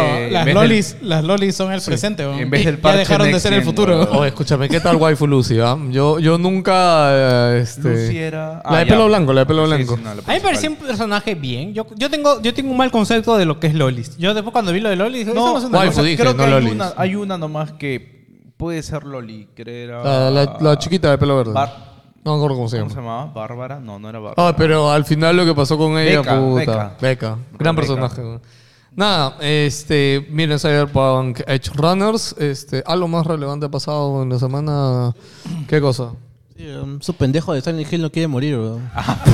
Las lolis son el presente. En vez del ya dejaron de ser el futuro. Oye, escúchame, ¿qué tal Waifu Lucy? Yo nunca Lucy era... la de pelo blanco, la de pelo blanco. A mí me parecía un personaje bien. Yo tengo un mal concepto de lo que es lolis. Yo después cuando vi lo de lolis... creo que hay una nomás que puede ser loli. La chiquita de pelo verde. No me acuerdo cómo se llama. ¿Cómo se llamaba? ¿Bárbara? No era Bárbara. Pero al final lo que pasó con ella, puta. Beca. Gran Beca. personaje. Nada, miren Cyberpunk Edge Runners. Algo más relevante ha pasado en la semana. ¿Qué cosa? Sí, su pendejo de Silent Hill no quiere morir, weón.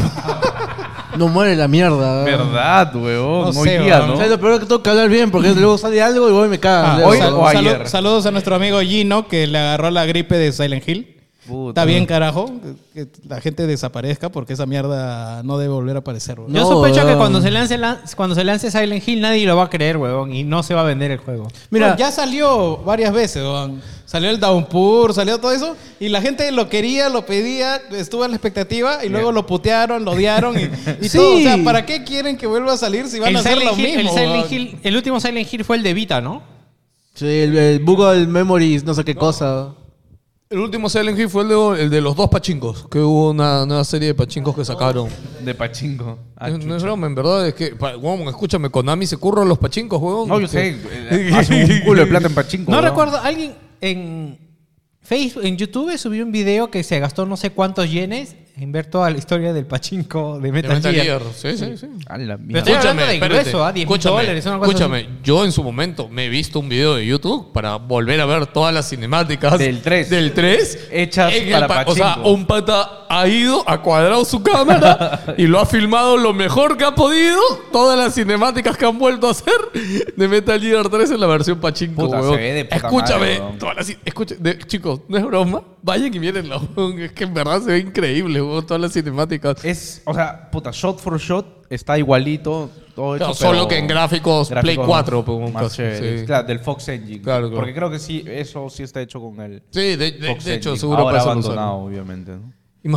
No muere la mierda. Verdad, weón. No hoy sé, día, weón. ¿no? O O sea, lo peor es que tengo que hablar bien porque luego sale algo y voy y me cagan. Hoy o ayer. Saludos a nuestro amigo Gino que le agarró la gripe de Silent Hill. Puta. Está bien, carajo, que la gente desaparezca porque esa mierda no debe volver a aparecer. Weón. Yo sospecho que cuando se lance Silent Hill nadie lo va a creer, huevón, y no se va a vender el juego. Mira, bueno, ya salió varias veces, weón. Salió el Downpour, salió todo eso y la gente lo quería, lo pedía, estuvo en la expectativa y luego lo putearon, lo odiaron y Sí. todo. O sea, ¿para qué quieren que vuelva a salir si van a hacer lo mismo? El último Silent Hill fue el de Vita, ¿no? Sí, el Google Memories, no sé qué cosa. El último Silent Hill fue el de los 2 pachincos, que hubo una nueva serie de pachincos que sacaron. De pachinko. No es broma, en verdad, es que, huevón, escúchame, Konami se curra los pachincos, huevón. No, yo sé. Hace un culo de plata en pachinko. No recuerdo, alguien en Facebook, en YouTube subió un video que se gastó no sé cuántos yenes en ver toda la historia del pachinko de Metal Gear. Sí. A la Pero mierda. estoy hablando de espérate, grueso, $10,000, una cosa escúchame, yo en su momento me he visto un video de YouTube para volver a ver todas las cinemáticas Del 3. Del 3 Hechas en para o sea, pachinko. un pata ha ido, ha cuadrado su cámara y lo ha filmado lo mejor que ha podido. Todas las cinemáticas que han vuelto a hacer de Metal Gear 3 en la versión pachinko, Puta, huevón. se ve de puta Escúchame, madre, huevón. Chicos, no es broma. Vayan y mírenlo, huevón. Es que en verdad se ve increíble, huevón, todas las cinemáticas. O sea, puta, shot for shot está igualito. Todo hecho, Claro, solo pero que en gráficos Play 4, pues, más casi, chéveres. sí. Claro, del Fox Engine. Claro. Porque creo que sí, eso sí está hecho con el Sí, de Fox hecho, Engine. seguro Ahora para eso lo abandonado, usaron. obviamente, ¿no?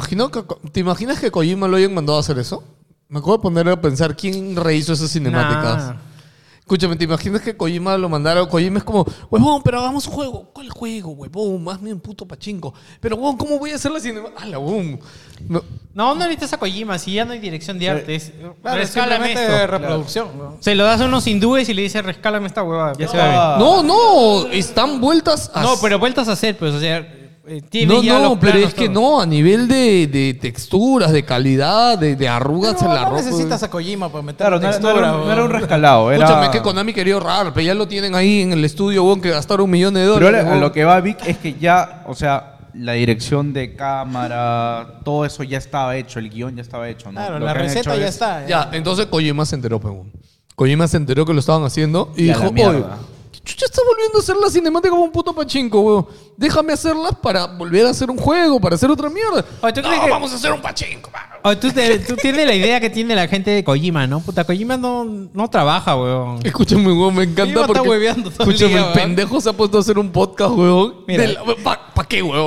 ¿Te imaginas que Kojima lo hayan mandado a hacer eso? Me acabo de poner a pensar quién rehizo esas cinemáticas. Nah. Escúchame, ¿te imaginas que Kojima lo mandara? Kojima es como, huevón, pero hagamos un juego. ¿Cuál juego, huevón? Más bien puto pachinko. Pero, huevón, ¿cómo voy a hacer la cinemática? ¡Hala, huevón! No necesitas a Kojima, si ya no hay dirección de arte. Claro, Rescálame simplemente de esto. reproducción. ¿no? Se lo das a unos hindúes y le dices, rescálame esta huevada. Ya se va está. No, están vueltas a... No, pero vueltas a hacer, pues, o sea, tiene ya No, los pero planos, es que todo. no, a nivel de texturas, de calidad, de arrugas Pero en la no ropa. necesitas a Kojima para meter Claro, textura. no era un rescalado. Escúchame, Era... que Konami quería ahorrar, pero ya lo tienen ahí en el estudio, huevón, que gastaron $1 millón. Pero a huevón. lo que va Vic es que ya, o sea, la dirección de cámara, todo eso ya estaba hecho, el guión ya estaba hecho, ¿no? Claro, Lo la que han receta hecho ya es- está. Ya, entonces Kojima se enteró, huevón. Kojima se enteró que lo estaban haciendo y Y a dijo, la oye, mierda. ¿qué chucha está volviendo a hacer la cinemática como un puto pachinko, huevón? Déjame hacerlas para volver a hacer un juego, para hacer otra mierda. Oye, ¿tú crees que- vamos a hacer un pachinko, mano. Oye, tú tienes la idea que tiene la gente de Kojima, ¿no? Puta, Kojima no trabaja, weón. Escúchame, huevón, me encanta Kojima está porque... hueveando todo el Escúchame, día, el weón. pendejo se ha puesto a hacer un podcast, huevón. Mira. ¿Para qué, huevón?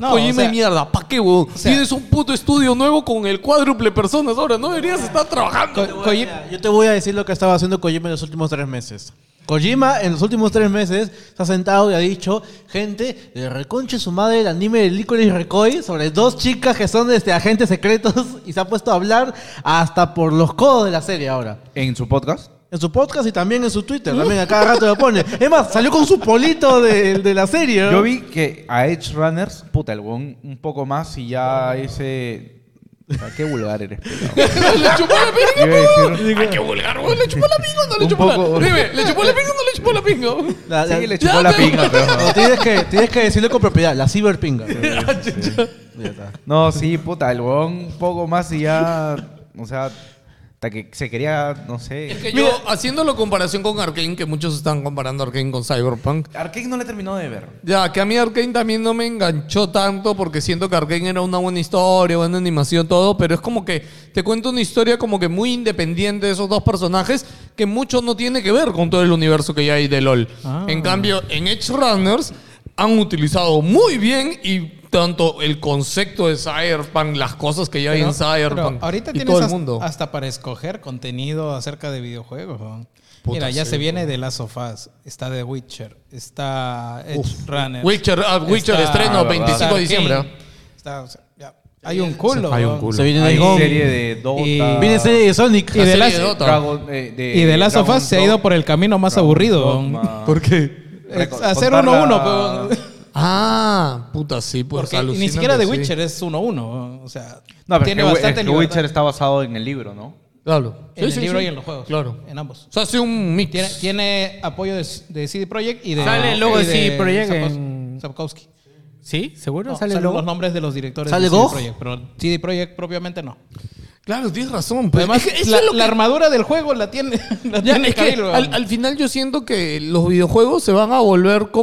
No, Kojima o sea- y mierda, ¿pa' qué, weón? sea- Tienes un puto estudio nuevo con el cuádruple personas ahora, no deberías estar trabajando. Yo te voy a decir lo que estaba haciendo Kojima en los últimos 3 meses. Kojima en los últimos 3 meses se ha sentado y ha dicho, gente, de reconche su madre el anime de Licorice Recoil sobre 2 chicas que son agentes secretos y se ha puesto a hablar hasta por los codos de la serie ahora. En su podcast. En su podcast y también en su Twitter, también a cada rato lo pone. Es más, salió con su polito de la serie, ¿no? Yo vi que a Edge Runners, puta, el weón un poco más y ya ese... O sea, qué vulgar eres, pelado. Le chupó la pinga, Iba a decir- weón. Ay, qué vulgar, weón. ¿Le chupó la pinga o no le Un chupó la poco- pinga? Dime, ¿le chupó la pinga o no le chupó la pinga? Sí, le chupó la pinga, pero... No, tienes que decirle con propiedad, la ciberpinga. Ya está. No, sí, puta, el weón un poco más y ya... O sea, hasta que se quería, no sé... Es que yo, haciendo comparación con Arkane, que muchos están comparando Arkane con Cyberpunk, Arkane no le terminó de ver. ya, que a mí Arkane también no me enganchó tanto porque siento que Arkane era una buena historia, buena animación, todo, pero es como que te cuento una historia como que muy independiente de esos 2 personajes que mucho no tiene que ver con todo el universo que ya hay de LoL. En cambio, en Edge Runners han utilizado muy bien y tanto el concepto de Cyberpunk, las cosas que ya hay en Cyberpunk Pero ahorita y tienes todo el mundo. hasta para escoger contenido acerca de videojuegos. ¿no? Puta, Mira, ya sí, se viene The Last of Us, está The Witcher, está Edge Runner. Witcher estreno 25 de diciembre. Está, o sea, ya, hay un culo. Hay un ¿no? culo. Se viene Hay Dragon. serie de Dota. Y- Viene serie de Sonic. Y de serie Last, de Dota. Dragon, y The Last of Us se ha ido por el camino más aburrido. ¿no? ¿Por qué? Hacer Contar 1-1, la- pero... Ah, puta, sí, pues Porque ni alucinante, siquiera The sí. Witcher es 1-1. ¿no? O sea, No, pero tiene es que, bastante es que libertad. Witcher está basado en el libro, ¿no? Claro. En Sí, el sí, libro sí. y en los juegos. Claro. En ambos. O sea, hace un mix. Tiene apoyo de CD Projekt y de... Sale el logo de y CD Projekt Sapkowski. en- Sapkowski. ¿Sí? ¿Seguro? No, ¿Sale el salen logo? los nombres de los directores ¿Sale de CD Gog? Projekt, pero CD Projekt propiamente no. Claro, tienes razón. Pues. Además, Es que eso la, es lo que- la armadura del juego la tiene, la Ya, tiene es que Cavill, weón. al final yo siento que los videojuegos se van a volver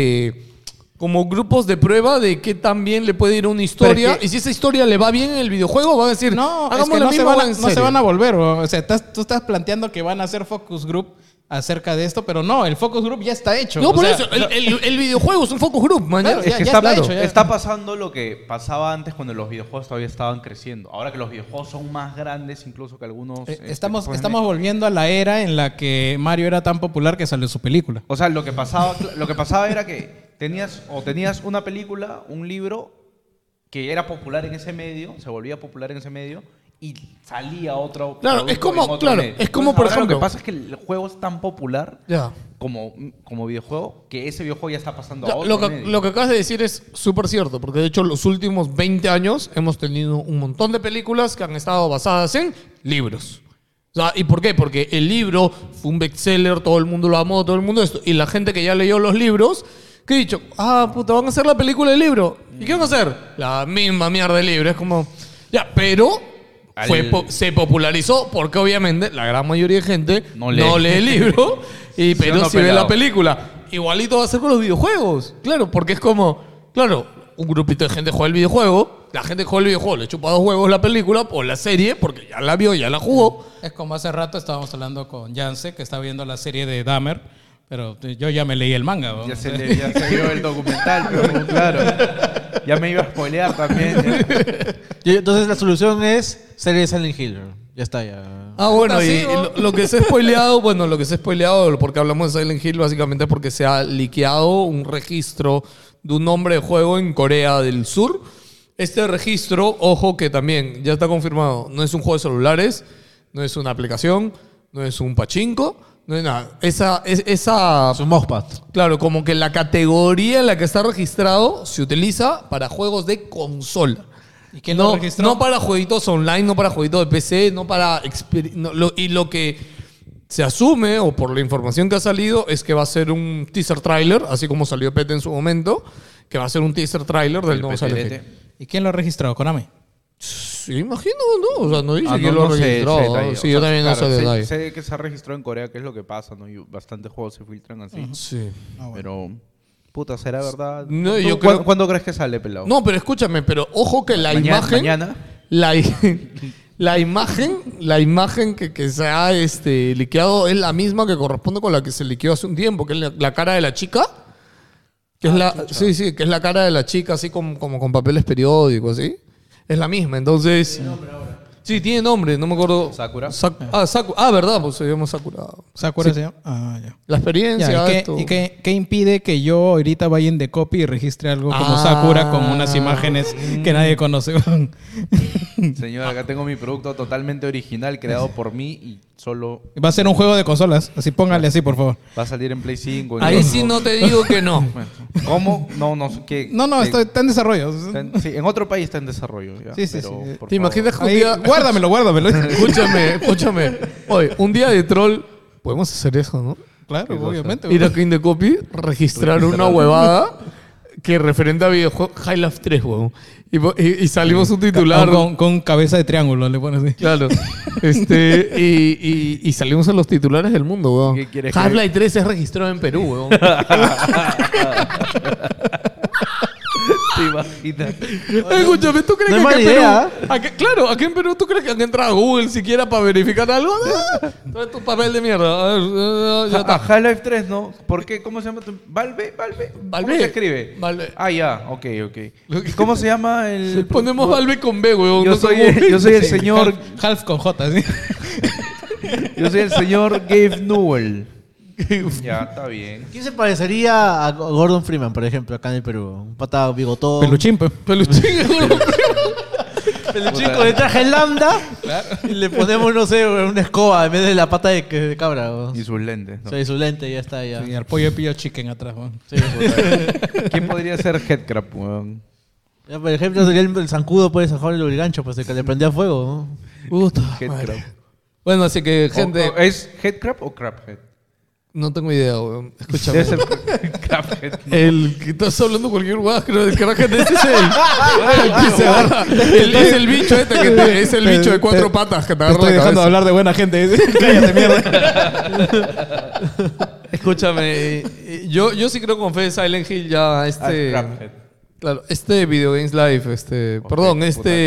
como grupos de prueba de qué tan bien le puede ir una historia. Pero es que- y si esa historia le va bien en el videojuego, van a decir, No, es hagamos que la no se, misma van a, en no se serie. van a volver. weón. O sea, tú estás planteando que van a hacer focus group acerca de esto, pero no, el focus group ya está hecho. No, O por sea, eso, el videojuego es un focus group, man. Claro, Es ya que está está, hecho, ya. está pasando lo que pasaba antes cuando los videojuegos todavía estaban creciendo. Ahora que los videojuegos son más grandes incluso que algunos... estamos pues, estamos volviendo a la era en la que Mario era tan popular que salió su película. O sea, lo que pasaba era que tenías una película, un libro que era popular en ese medio, se volvía popular en ese medio y salía otro Claro, producto es como- en otro claro, medio. es como, Entonces, por ahora ejemplo- lo que pasa es que el juego es tan popular Ya. como videojuego que ese videojuego ya está pasando Ya, a otro lo, que, medio. lo que acabas de decir es súper cierto, porque de hecho los últimos 20 años hemos tenido un montón de películas que han estado basadas en libros. O sea, ¿y por qué? Porque el libro fue un bestseller, todo el mundo lo amó, todo el mundo esto. Y la gente que ya leyó los libros, que he dicho, puta, van a hacer la película del libro. ¿Y qué van a hacer? La misma mierda del libro. Es como, ya, pero se popularizó porque obviamente la gran mayoría de gente No no lee. lee el libro, ¿Sí pero o no, sí ve pelado? la película. Igualito va a ser con los videojuegos. Claro, porque es como, claro, un grupito de gente juega el videojuego, la gente que juega el videojuego le chupa 2 huevos la película o la serie porque ya la vio, ya la jugó. Es como hace rato estábamos hablando con Yance, que está viendo la serie de Dahmer, pero yo ya me leí el manga. ¿no? Ya se vio el documental, pero claro. Ya me iba a spoilear también. ya. Entonces la solución es serie de Silent Hill. Ya está, ya. Bueno, Así, y lo que se ha spoileado, porque hablamos de Silent Hill, básicamente porque se ha liqueado un registro de un nombre de juego en Corea del Sur. Este registro, ojo que también ya está confirmado, no es un juego de celulares, no es una aplicación, no es un pachinko, no es nada. Esa Es un mousepad. claro, como que la categoría en la que está registrado se utiliza para juegos de consola. ¿Y quién lo registró? No para jueguitos online, no para jueguitos de PC, no para... y lo que se asume, o por la información que ha salido, es que va a ser un teaser trailer, así como salió PT en su momento, que va a ser un teaser trailer del El nuevo Silent Hill. PTLT. ¿Y quién lo registró? ¿Konami? Sí, imagino, ¿no? O sea, no dice Ah, quién no, lo no sé registró. ese detalle. Sí, O yo sea, también no sé claro, el detalle. sé que se ha registrado en Corea, que es lo que pasa, ¿no? Y bastantes juegos se filtran así. Sí. Pero, puta, ¿será verdad? No, ¿Tú yo creo- ¿Cuándo crees que sale, pelado? No, pero escúchame, pero ojo que la Mañana. La imagen que se ha liqueado es la misma que corresponde con la que se liqueó hace un tiempo, que es la cara de la chica. Que es sí, que es la cara de la chica, así como con papeles periódicos, ¿sí? Es la misma, entonces... Sí, tiene nombre, no me acuerdo. Sakura. Verdad, pues se llama Sakura. ¿Sakura Sí. se llama? Ah, ya. La experiencia, Ya, esto. ¿y qué impide que yo ahorita vaya en The Copy y registre algo como Sakura con unas imágenes que nadie conoce? Señor, acá tengo mi producto totalmente original, creado por mí y solo... Va a ser un juego de consolas, así póngale así, por favor. Va a salir en Play 5. en Ahí Xbox. sí no te digo que no. Bueno, ¿cómo? No sé qué. No, está en desarrollo. Sí, en otro país está en desarrollo. Ya, Sí, sí, pero, sí. por ¿Te imaginas que un Ahí, día... guárdamelo. Escúchame. Oye, un día de troll, podemos hacer eso, ¿no? Claro, obviamente. Ir a King the Copy, registrar una huevada que referente a videojuegos High Life 3, weón. Y salimos un titular. Con cabeza de triángulo, le pones así. Claro. Y salimos en los titulares del mundo, weón. ¿Qué quieres que- Half-Life 3 es registrado en Perú, weón. ¿Te imaginas? Escúchame, ¿tú crees No que es mala aquí en idea. Perú... Claro, aquí en Perú, ¿tú crees que han entrado a Google siquiera para verificar algo? Trae tu papel de mierda. A ver, ya está. Half-Life 3, ¿no? ¿Por qué? ¿Cómo se llama? ¿Valve? ¿Cómo se escribe? Valve. Ah, ya. Ok. ¿Y cómo se llama el...? Ponemos Valve con B, weón. Yo no soy con U. yo soy el señor... Half con J, ¿sí? Yo soy el señor Gabe Newell. Ya, está bien. ¿Quién se parecería a Gordon Freeman, por ejemplo, acá en el Perú? Un pata bigotón. Peluchín, pues. Peluchín, weón. Peluchín con el traje lambda. Y le ponemos, no sé, una escoba en vez de la pata de cabra. ¿no? Y sus lentes, ¿no? Sí, su lente, ya está. Ya. Y al pollo de pillo chicken atrás, weón. Sí, pues, ¿Quién podría ser Headcrab, weón? ya, por ejemplo, sería el zancudo, puede sacar el gancho, pues el que le prendía fuego. ¿no? Puta Headcrab. madre. Bueno, así que, gente, ¿Es Headcrab o Crabhead? no tengo idea, weón. Escúchame. Debe ser Crabhead. El que estás hablando cualquier weá, creo que ese es el que se agarra. Es el bicho es el bicho de cuatro patas que te Te agarra estoy la dejando cabeza. hablar de buena gente. Cállate, mierda. Escúchame, yo sí creo con fe de Silent Hill ya Crabhead. Claro, Video Games Live, perdón,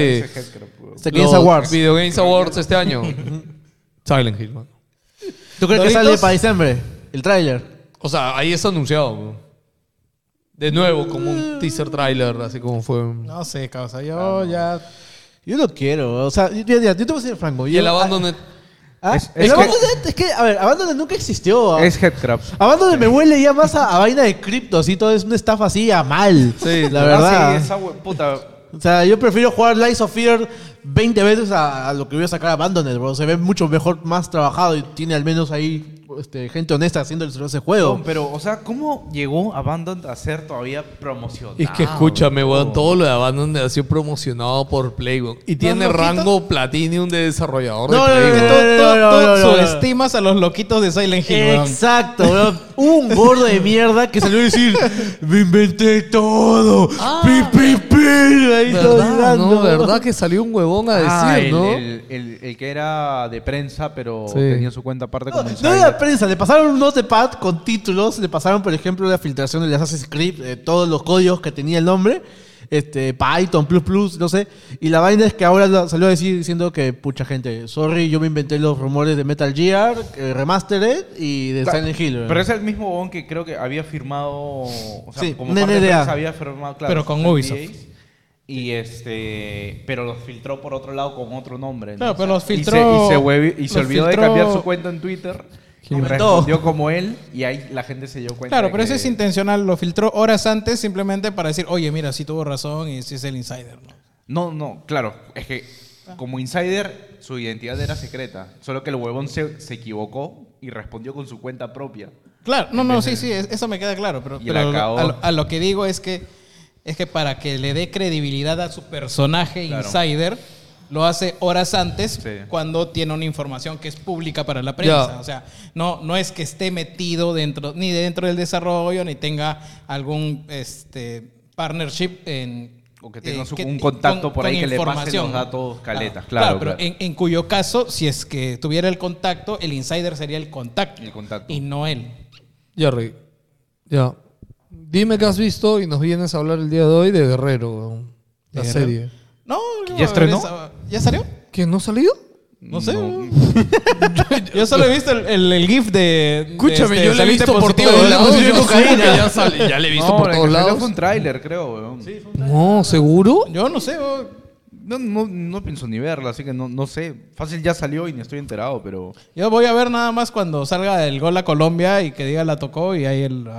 Games Awards. Video Games Awards este año. Silent Hill, man. ¿Tú crees que Doritos. sale para diciembre? El tráiler. O sea, ahí está anunciado, weón. De nuevo, como un teaser trailer, así como fue. No sé, causa. Yo ya... Yo lo quiero. O sea, yo te voy a decir franco. Y el Abandoned. Es que, a ver, Abandoned nunca existió. Es Headcrab. Abandoned me huele ya más a vaina de cripto, así todo es una estafa así, a mal. Sí, la verdad. Sí, esa puta. O sea, yo prefiero jugar Lies of Fear 20 veces a lo que voy a sacar Abandoned, bro. Se ve mucho mejor, más trabajado y tiene al menos ahí gente honesta haciendo ese juego. No, pero, o sea, ¿cómo llegó Abandoned a ser todavía promocionado? Es que escúchame, weón, todo lo de Abandoned ha sido promocionado por Play, weón. Y tiene loquito. rango Platinum de desarrollador No, de Play, no, weón. no. Subestimas a los loquitos de Silent Hill, weón. Exacto, bro. Un gordo de mierda que salió a decir: me inventé todo. Pi. Ahí todo ¿Verdad? llorando. No, ¿verdad que salió un huevón a decir, no? El que era de prensa, pero Sí. tenía su cuenta aparte como No insider. era prensa, le pasaron un notepad con títulos, le pasaron, por ejemplo, la filtración del Assassin's Creed, todos los códigos que tenía el nombre, Python, no sé. Y la vaina es que ahora salió a decir diciendo que, pucha gente, sorry, yo me inventé los rumores de Metal Gear, Remastered y de Claro, Silent Hill. Pero es el mismo huevón que creo que había firmado, o sea, Sí, como un parte de NDA. prensa había firmado, claro, Pero con sus Ubisoft. NDAs, y pero los filtró por otro lado con otro nombre. ¿no? Claro, pero los Y filtró- se los olvidó de filtró- cambiar su cuenta en Twitter. Y respondió como él y ahí la gente se dio cuenta. Claro, de pero que- eso es intencional. Lo filtró horas antes simplemente para decir, oye, mira, sí tuvo razón y sí es el insider, ¿no? No, claro. Es que como insider su identidad era secreta. Solo que el huevón se equivocó y respondió con su cuenta propia. Claro, sí, eso me queda claro. Pero, Y la cagó. a lo que digo es que para que le dé credibilidad a su personaje Claro. insider, lo hace horas antes Sí. cuando tiene una información que es pública para la prensa. Ya. O sea, no es que esté metido ni dentro del desarrollo, ni tenga algún partnership O que tenga que- un contacto por con ahí que le pase información. los datos caletas. Claro, pero en cuyo caso, si es que tuviera el contacto, el insider sería el contacto. El contacto. Y no él. Jerry, ya. Dime qué has visto y nos vienes a hablar el día de hoy de Guerrero, weón. La ¿De Guerrero? serie. No, ¿Ya estrenó? ¿Ya salió? ¿Que no ha salido? No sé. Yo solo he visto el GIF de. Escúchame, yo de le he visto por deportivo, todos ¿no? lados. Yo Yo asumo que ya le he visto No, por el todos que salió lados. fue un tráiler, creo, weón. Sí, No, ¿seguro? no sé. no pienso ni verla, así que no sé. Fácil ya salió y ni estoy enterado, pero... Yo voy a ver nada más cuando salga el gol a Colombia y que diga la tocó y ahí el.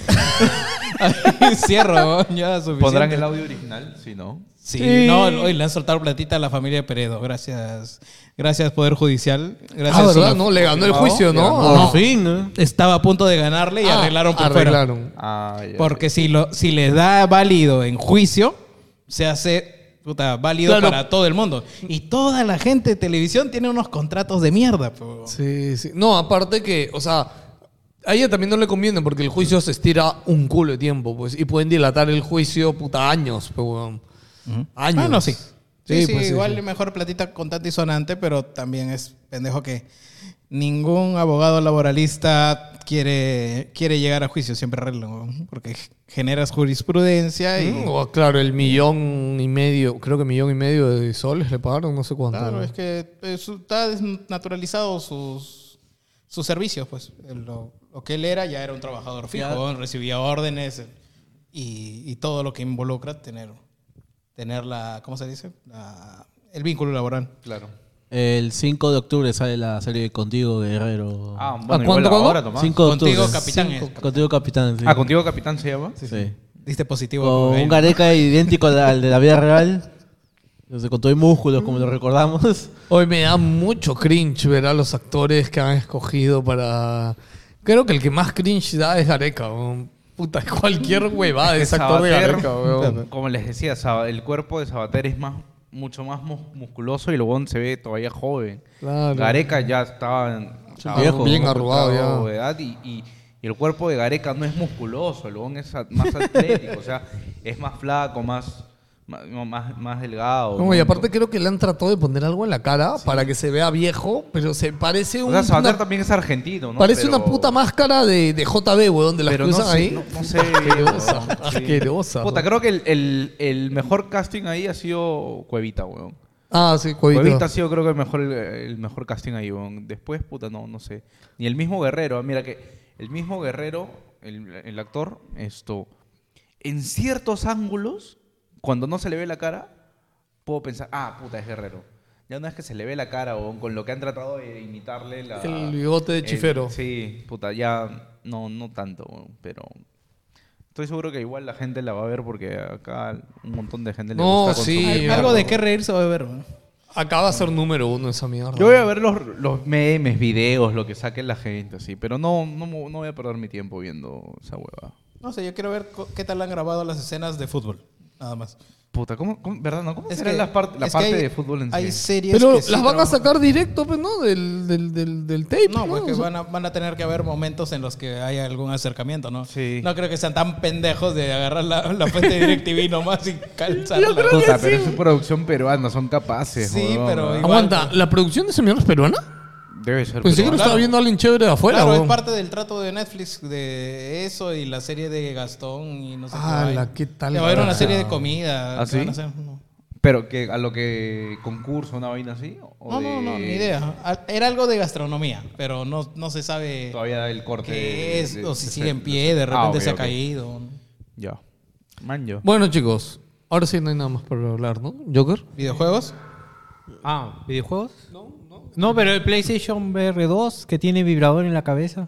Ahí cierro, ¿no? Ya suficiente. ¿Pondrán el audio original? Sí, ¿no? Sí, no, hoy le han soltado platita a la familia de Peredo. Gracias, Poder Judicial. Gracias, ¿verdad? Sino- No, le ganó el juicio, ¿no? No. Por fin, ¿no? Estaba a punto de ganarle y arreglaron por fuera. Arreglaron. Ya. Porque si le da válido en juicio, se hace válido Claro. para todo el mundo. Y toda la gente de televisión tiene unos contratos de mierda. Po. Sí, sí. No, aparte que, o sea, a ella también no le conviene porque el juicio se estira un culo de tiempo, pues. Y pueden dilatar el juicio, años, pues, weón. Años. Bueno, sí. Sí, pues, igual sí. mejor platita contante y sonante, pero también es pendejo que ningún abogado laboralista quiere llegar a juicio, siempre arregla, ¿no? Porque generas jurisprudencia y... Claro, el 1,5 millones, creo que 1,5 millones de soles le pagaron, no sé cuánto. Claro, ¿no? es que está desnaturalizado sus servicios, pues. Lo que él era ya era un trabajador fijo, recibía órdenes y todo lo que involucra tener la, ¿cómo se dice? El vínculo laboral. Claro. El 5 de octubre sale la serie Contigo, Guerrero. Bueno, ¿cuándo? ahora, Tomás. 5 de octubre. Contigo, Capitán. Contigo, Capitán. Sí. ¿Contigo Capitán se llama? Sí. Diste positivo. Con ahí. un Gareca idéntico al de la vida real. Entonces, con todo y músculos, como lo recordamos. Hoy me da mucho cringe ver a los actores que han escogido para... Creo que el que más cringe da es Gareca, weón. Puta, cualquier huevada de ese actor de Sabater, Gareca, weón. como les decía, el cuerpo de Sabater es mucho más musculoso y luego se ve todavía joven. Claro. Gareca ya estaba viejo, bien arrugado ya. de edad y el cuerpo de Gareca no es musculoso, el huevón es más atlético, o sea, es más flaco, más delgado. No, y aparte creo que le han tratado de poner algo en la cara para que se vea viejo, pero se parece O sea, Sabater una, también es argentino, ¿no? parece Pero- una puta máscara de JB, weón, de las pero que no usan sé, ahí. no sé. Asquerosa, weón, sí. asquerosa. Puta, creo que el mejor casting ahí ha sido Cuevita, weón. Ah, sí, Cuevita. Cuevita ha sido creo que el mejor casting ahí, weón. Después, puta, no sé. Ni el mismo Guerrero, mira que el mismo Guerrero, el actor, en ciertos ángulos, cuando no se le ve la cara, puedo pensar, puta, es Guerrero. Ya una vez que se le ve la cara, weón, con lo que han tratado de imitarle El bigote de chifero. Sí, puta, ya no tanto, weón, pero... Estoy seguro que igual la gente la va a ver porque acá un montón de gente le No, gusta sí, consumir. Algo de qué reírse va a ver. ¿No? Acaba de ser número 1 esa mierda. Yo voy a ver los memes, videos, lo que saque la gente, así, pero no voy a perder mi tiempo viendo esa hueva. No sé, yo quiero ver qué tal han grabado las escenas de fútbol. Nada más. Puta, ¿cómo ¿verdad? ¿No? ¿Cómo Es será que- la es parte que hay- de fútbol en Hay sí? series Pero que las sí van a trabajan. sacar directo, pues, ¿no? Del tape. No, pues que O sea, van a tener que haber momentos en los que haya algún acercamiento, ¿no? Sí. No creo que sean tan pendejos de agarrar la fuente de DirecTV nomás y calzarla. Yo creo Puta, que pero sí. es producción peruana, son capaces. Sí, huevón, pero ¿no? igual- Aguanta, ¿la producción de ese mierda es peruana? Debe ser Pensé que lo peruana. estaba viendo alguien chévere de afuera, Claro, weón. es parte del trato de Netflix de eso y la serie de Gastón y no sé Ah, qué. la, ¿qué tal? Va a haber una carajo? serie de comida. ¿Ah, que sí? van a hacer, ¿no? Pero que a lo que concurso, una vaina así. ¿O No, de- ni idea. Era algo de gastronomía, pero no se sabe Todavía el corte. qué es o si sigue en pie, de repente se ha caído. Ya. Manjo. Bueno, chicos, ahora sí no hay nada más para hablar, ¿no? ¿Joker? ¿Videojuegos? ¿Videojuegos? No, pero el PlayStation VR 2 que tiene vibrador en la cabeza.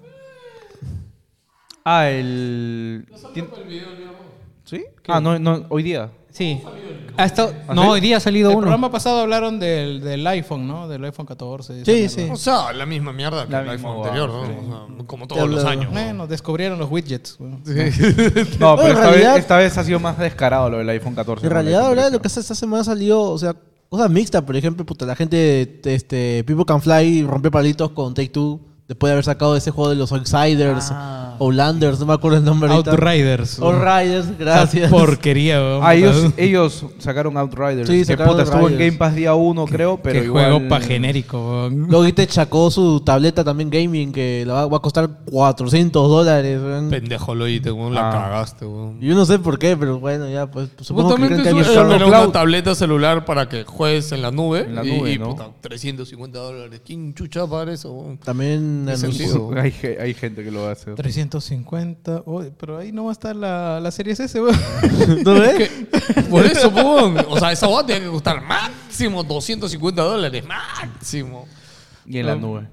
El... ¿Sí? No, hoy día. Sí. ¿Ah, No, sí? hoy día ha salido El uno. programa pasado hablaron del iPhone, ¿no? Del iPhone 14. Sí, esa sí. mierda. O sea, la misma mierda que La el misma iPhone huevada, anterior, ¿no? sí. O sea, como todos los años. Bueno, descubrieron los widgets. güey. No, No, pero en realidad- esta vez ha sido más descarado lo del iPhone 14. En con el realidad, iPhone ahora 13. lo que hace esta semana salió, o sea, cosas mixtas. Por ejemplo, puta, la gente, People Can Fly rompe palitos con Take Two Después de haber sacado ese juego de los Outsiders, Outlanders, no me acuerdo el nombre ahorita. Outriders. Outriders, gracias. Porquería, weón. Ellos sacaron Outriders. Sí, que sacaron estuvo en Outriders. Game Pass día 1, creo, pero Qué igual... juego pa' genérico, weón. Luego te chacó su tableta también gaming que le va a costar $400. weón. Pendejo lo oíste, weón. La cagaste, weón. Yo no sé por qué, pero bueno, ya pues supongo que Supuestamente creen que eso hay era mercado. una tableta celular para que juegues en la nube. En la nube, y ¿no? puta, $350. ¿Quién chucha va a pagar eso, weón? También Tiene anunció- sentido. Hay gente que lo hace. 350. Oye, pero ahí no va a estar la Series S, weón. ¿No ves? Que- por eso, weón. O sea, esa boda tiene que costar máximo $250. Máximo. Y en la nube.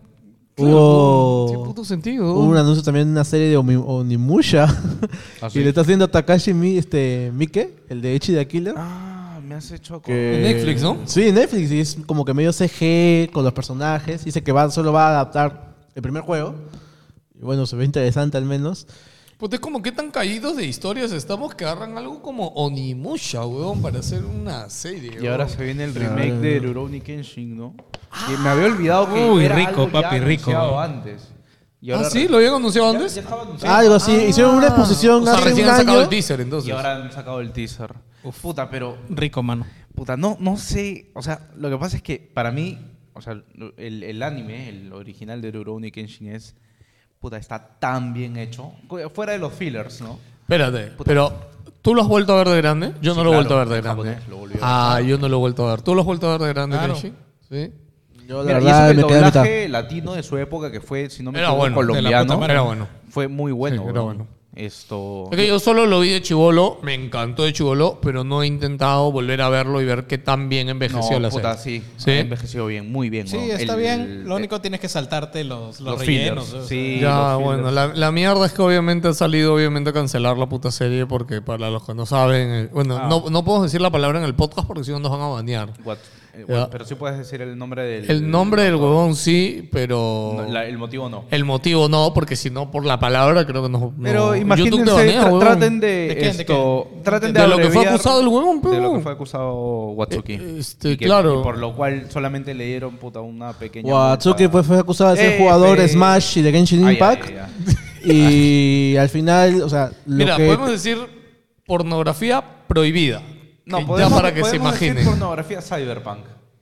Hubo, Tiene puto sentido. hubo un anuncio también de una serie de Onimusha. ¿Ah, Y sí? le está haciendo a Takashi Miike, el de Echi de Killer. Me has hecho acordar. que- En Netflix, ¿no? Sí, en Netflix. Y es como que medio CG con los personajes. Dice que solo va a adaptar el primer juego. Y bueno, se ve interesante al menos. Pues es como que tan caídos de historias estamos que agarran algo como Onimusha, weón, para hacer una serie. Y ahora weón. se viene el remake de Rurouni Kenshin, ¿no? Y me había olvidado que Uy, era rico, algo ya papi, rico. anunciado antes. Y Ah, ahora sí, lo habían anunciado antes. ya estaba anunciado. Algo así. Hicieron una exposición O sea, hace recién un han sacado año. el teaser, entonces. Y ahora han sacado el teaser. Puta, pero... Rico, mano. Puta, no sé... O sea, lo que pasa es que para mí... O sea, el anime, el original de Rurouni Kenshin es... Puta, está tan bien hecho. Fuera de los fillers, ¿no? Espérate, pero ¿tú lo has vuelto a ver de grande? Yo Sí, no lo he claro, vuelto a ver de en grande. japonés lo volví a ver. Yo no lo he vuelto a ver. ¿Tú lo has vuelto a ver de grande, Claro. Kenshi? Sí. Yo la Mira, y eso verdad que el me quedé a mitad. doblaje latino de su época, que fue, si no me Era equivoco, bueno, de la puta colombiano, madre. Era bueno. fue muy bueno. Sí, era weón. bueno. Esto... Es que yo solo lo vi de chivolo, me encantó de chivolo, pero no he intentado volver a verlo y ver qué tan bien envejeció la puta, serie. sí. ¿Sí? Ha envejecido bien, muy bien. Sí, weón. está El- bien. Lo único tienes que saltarte los los rellenos. fillers, o sea. sí. Ya, los bueno, fillers. la mierda es que obviamente ha salido a cancelar la puta serie porque para los que no saben, bueno, no podemos decir la palabra en el podcast porque si no nos van a banear. What? Bueno, Ya. pero sí puedes decir el nombre del... El nombre del huevón sí, pero No, el motivo no. el motivo no, porque si no por la palabra creo que no. Pero no. imagínense, YouTube te banea, huevón. traten de, ¿De quién, de esto... Traten de De lo que fue abreviar- acusado el huevón, De lo pero. que fue acusado Watsuki. Este, claro. Y por lo cual solamente le dieron puta una pequeña... Watsuki multa. pues fue acusado de ser jugador de Smash y de Genshin Ay, Impact. ay, ay. Y al final, o sea, lo Mira, que... podemos decir pornografía prohibida. No, Que podemos, ya para que se podemos decir imaginen. pornografía cyberpunk.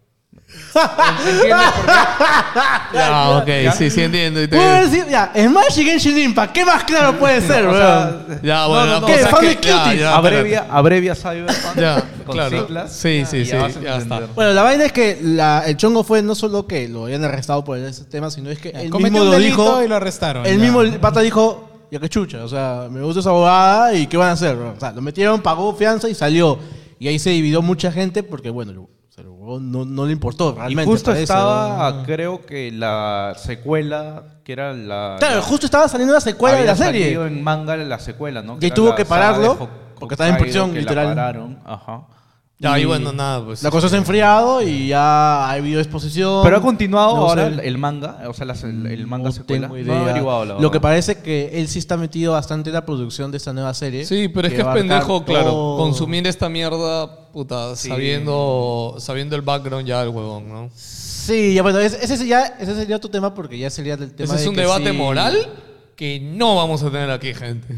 ¿Entiendes por qué? Ya, ok, ¿Ya? sí entiendo. Puedo decir, ya, Smash y Genshin Impact, ¿qué más claro puede ser, O weón? sea, Ya, bueno, no, la no, ¿Qué? cosa es Fan que- de ya, cuties. ya, abrevia cyberpunk Ya, con claro. siglas. Sí, y ya vas a está. entender. Bueno, la vaina es que el chongo fue no solo que lo habían arrestado por ese tema, sino es que él Cometió mismo un lo delito dijo. y lo arrestaron. El ya. mismo el pata dijo, ya que chucha, o sea, me gusta esa abogada y ¿qué van a hacer? O sea, lo metieron, pagó fianza y salió. Y ahí se dividió mucha gente porque, bueno, el huevón no le importó Y realmente. justo parece, estaba, ¿no? creo que la secuela, que era la... Claro, justo estaba saliendo la secuela de había la serie. salido en manga la secuela, ¿no? Y era tuvo la que saga pararlo, de porque estaba en Hokkaido, prisión, que literal. La pararon, ajá. Ya, y bueno, nada, pues. La cosa se ha enfriado y ya ha habido exposición. Pero ha continuado No ahora sé. el manga, o sea, el manga No secuela. tengo No he idea. averiguado, la Lo verdad. que parece que él sí está metido bastante en la producción de esta nueva serie. Sí, pero es que es va a abarcar pendejo, claro. todo. Consumir esta mierda, puta, sabiendo el background ya del huevón, ¿no? Sí, ya bueno, ese sería otro tema porque ya sería del tema Ese es de un que debate sí- moral que no vamos a tener aquí, gente.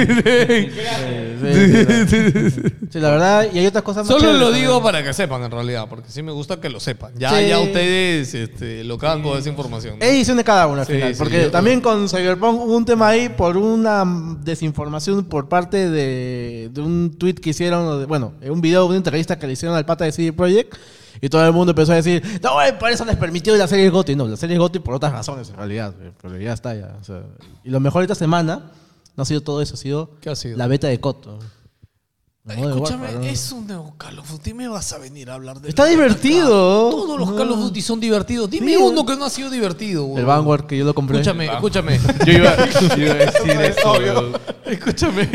Sí, la verdad, y hay otras cosas más Solo chéveres lo también. digo para que sepan, en realidad, porque sí me gusta que lo sepan. Ya, Sí. ya ustedes lo cagan con esa información, ¿no? Es edición de cada uno al Sí, final. sí, porque yo- también con Cyberpunk hubo un tema ahí por una desinformación por parte de un tweet que hicieron, o bueno, un video, una entrevista que le hicieron al pata de CD Projekt. Y todo el mundo empezó a decir, no, güey, por eso les permitió la serie GOTY. No, la serie GOTY por otras razones, en realidad. Güey, pero ya está, ya. O sea, y lo mejor esta semana no ha sido todo eso, ha sido, ¿Qué ha sido? la beta de Koto. Escúchame, es un nuevo Call of Duty. Me vas a venir a hablar de Está divertido. Todos los Call of Duty son divertidos. Dime Sí. uno que no ha sido divertido, güey. El Vanguard que yo lo compré. Escúchame. Yo iba a decir eso. weón. Escúchame.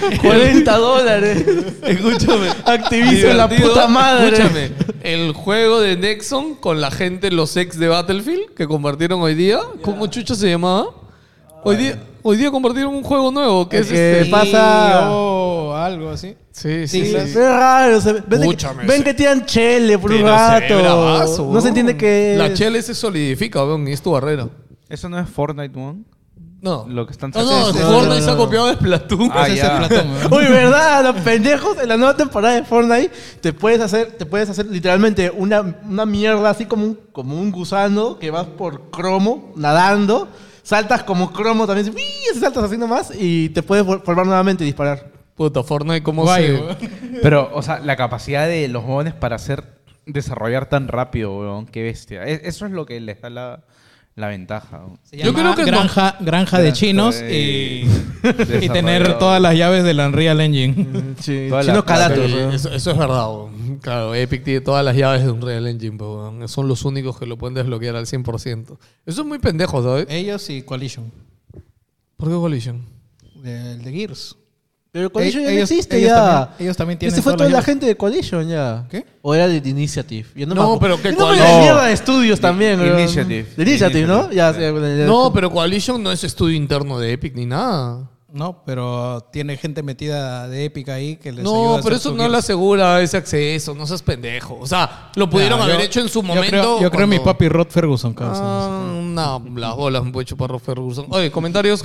$40. Escúchame. Activision la Divertido. puta madre. Escúchame. El juego de Nexon con la gente, los ex de Battlefield, que compartieron hoy día. ¿Cómo chucha se llamaba? Hoy día compartieron un juego nuevo que El es que este. pasa- O algo así. Sí, Sí, sí. es raro. Escúchame, ven sí. que tiran chele por un Pero se ve rato. bravazo, No se weón. entiende que. La chele se solidifica, weón, y es tu barrera. ¿Eso no es Fortnite One? No. Lo que están No, sacando. Fortnite se ha copiado de Splatoon. Ah, Ese es ya. el Platón, weón. Uy, ¿verdad? Los pendejos en la nueva temporada de Fortnite te puedes hacer literalmente una mierda así como un gusano que vas por cromo nadando, saltas como cromo también, ¡uy! Saltas así nomás y te puedes formar nuevamente y disparar. Puta, Fortnite, ¿cómo Guay, se...? weón. Pero, o sea, la capacidad de los jóvenes para desarrollar tan rápido, weón. Qué bestia. Eso es lo que les da la ventaja. Weón. Se Yo llama creo que granja de chinos y tener todas las llaves del Unreal Engine. Sí, Toda la- chinos calatos. Sí, ¿no? eso es verdad, weón. Claro, Epic tiene todas las llaves de un Real Engine, pero weón, son los únicos que lo pueden desbloquear al 100%. Eso es muy pendejo, ¿sabes? Ellos y Coalition. ¿Por qué Collision? El de Gears. Pero Coalition ya no Ellos- existe ellos ya. también- ellos también tienen Ese fue todas toda las la llaves. gente de Coalition ya. ¿Qué? O era de The Initiative. Yo no, No, me acuerdo. pero ¿qué Y no me Coalition? de mierda de estudios también. weón. Initiative. De Initiative, ¿no? Ya, sí, No, pero Coalition no es estudio interno de Epic ni nada. No, pero tiene gente metida de Epic ahí que les ayuda a No, hacer pero eso su no Gears. le asegura ese acceso, no seas pendejo. O sea, lo pudieron Nah, haber yo- hecho en su yo momento. creo en mi cuando- papi Rod Ferguson, causa. No, las bolas me puede chupar Rod Ferguson. Oye, comentarios.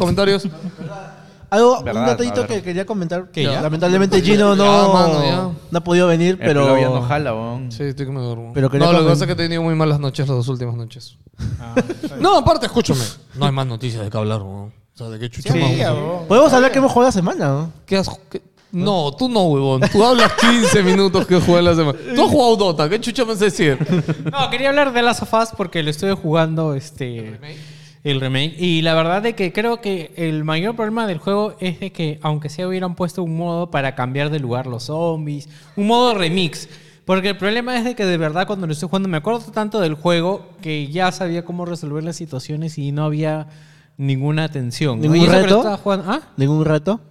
Algo, Verdad, un detallito a ver. que quería comentar. ¿Qué, ya? Lamentablemente Gino Ya, mano, ya. no ha podido venir, Pero pero... ya no jala, weón. Sí, estoy que me duermo. Pero quería no, lo que comen- pasa es que he tenido muy malas noches las 2 últimas noches. Ah, No, aparte, escúchame. No hay más noticias de qué hablar, weón. O sea, ¿de qué chucha sí, más? ya, weón. Podemos hablar que hemos jugado la semana, ¿no? ¿Qué has- qué- No, tú no, huevón. Tú hablas 15 minutos que jugué la semana. Tú has jugado Dota. ¿Qué chucha me vas a decir? No, quería hablar de Last of Us porque lo estoy jugando el remake. Y la verdad de que creo que el mayor problema del juego es de que aunque sea hubieran puesto un modo para cambiar de lugar los zombies, un modo remix. Porque el problema es de que de verdad cuando lo estoy jugando me acuerdo tanto del juego que ya sabía cómo resolver las situaciones y no había ninguna tensión. ¿no? ¿Ningún Y eso que lo reto? estaba jugando- ¿Ah? ¿Ningún reto?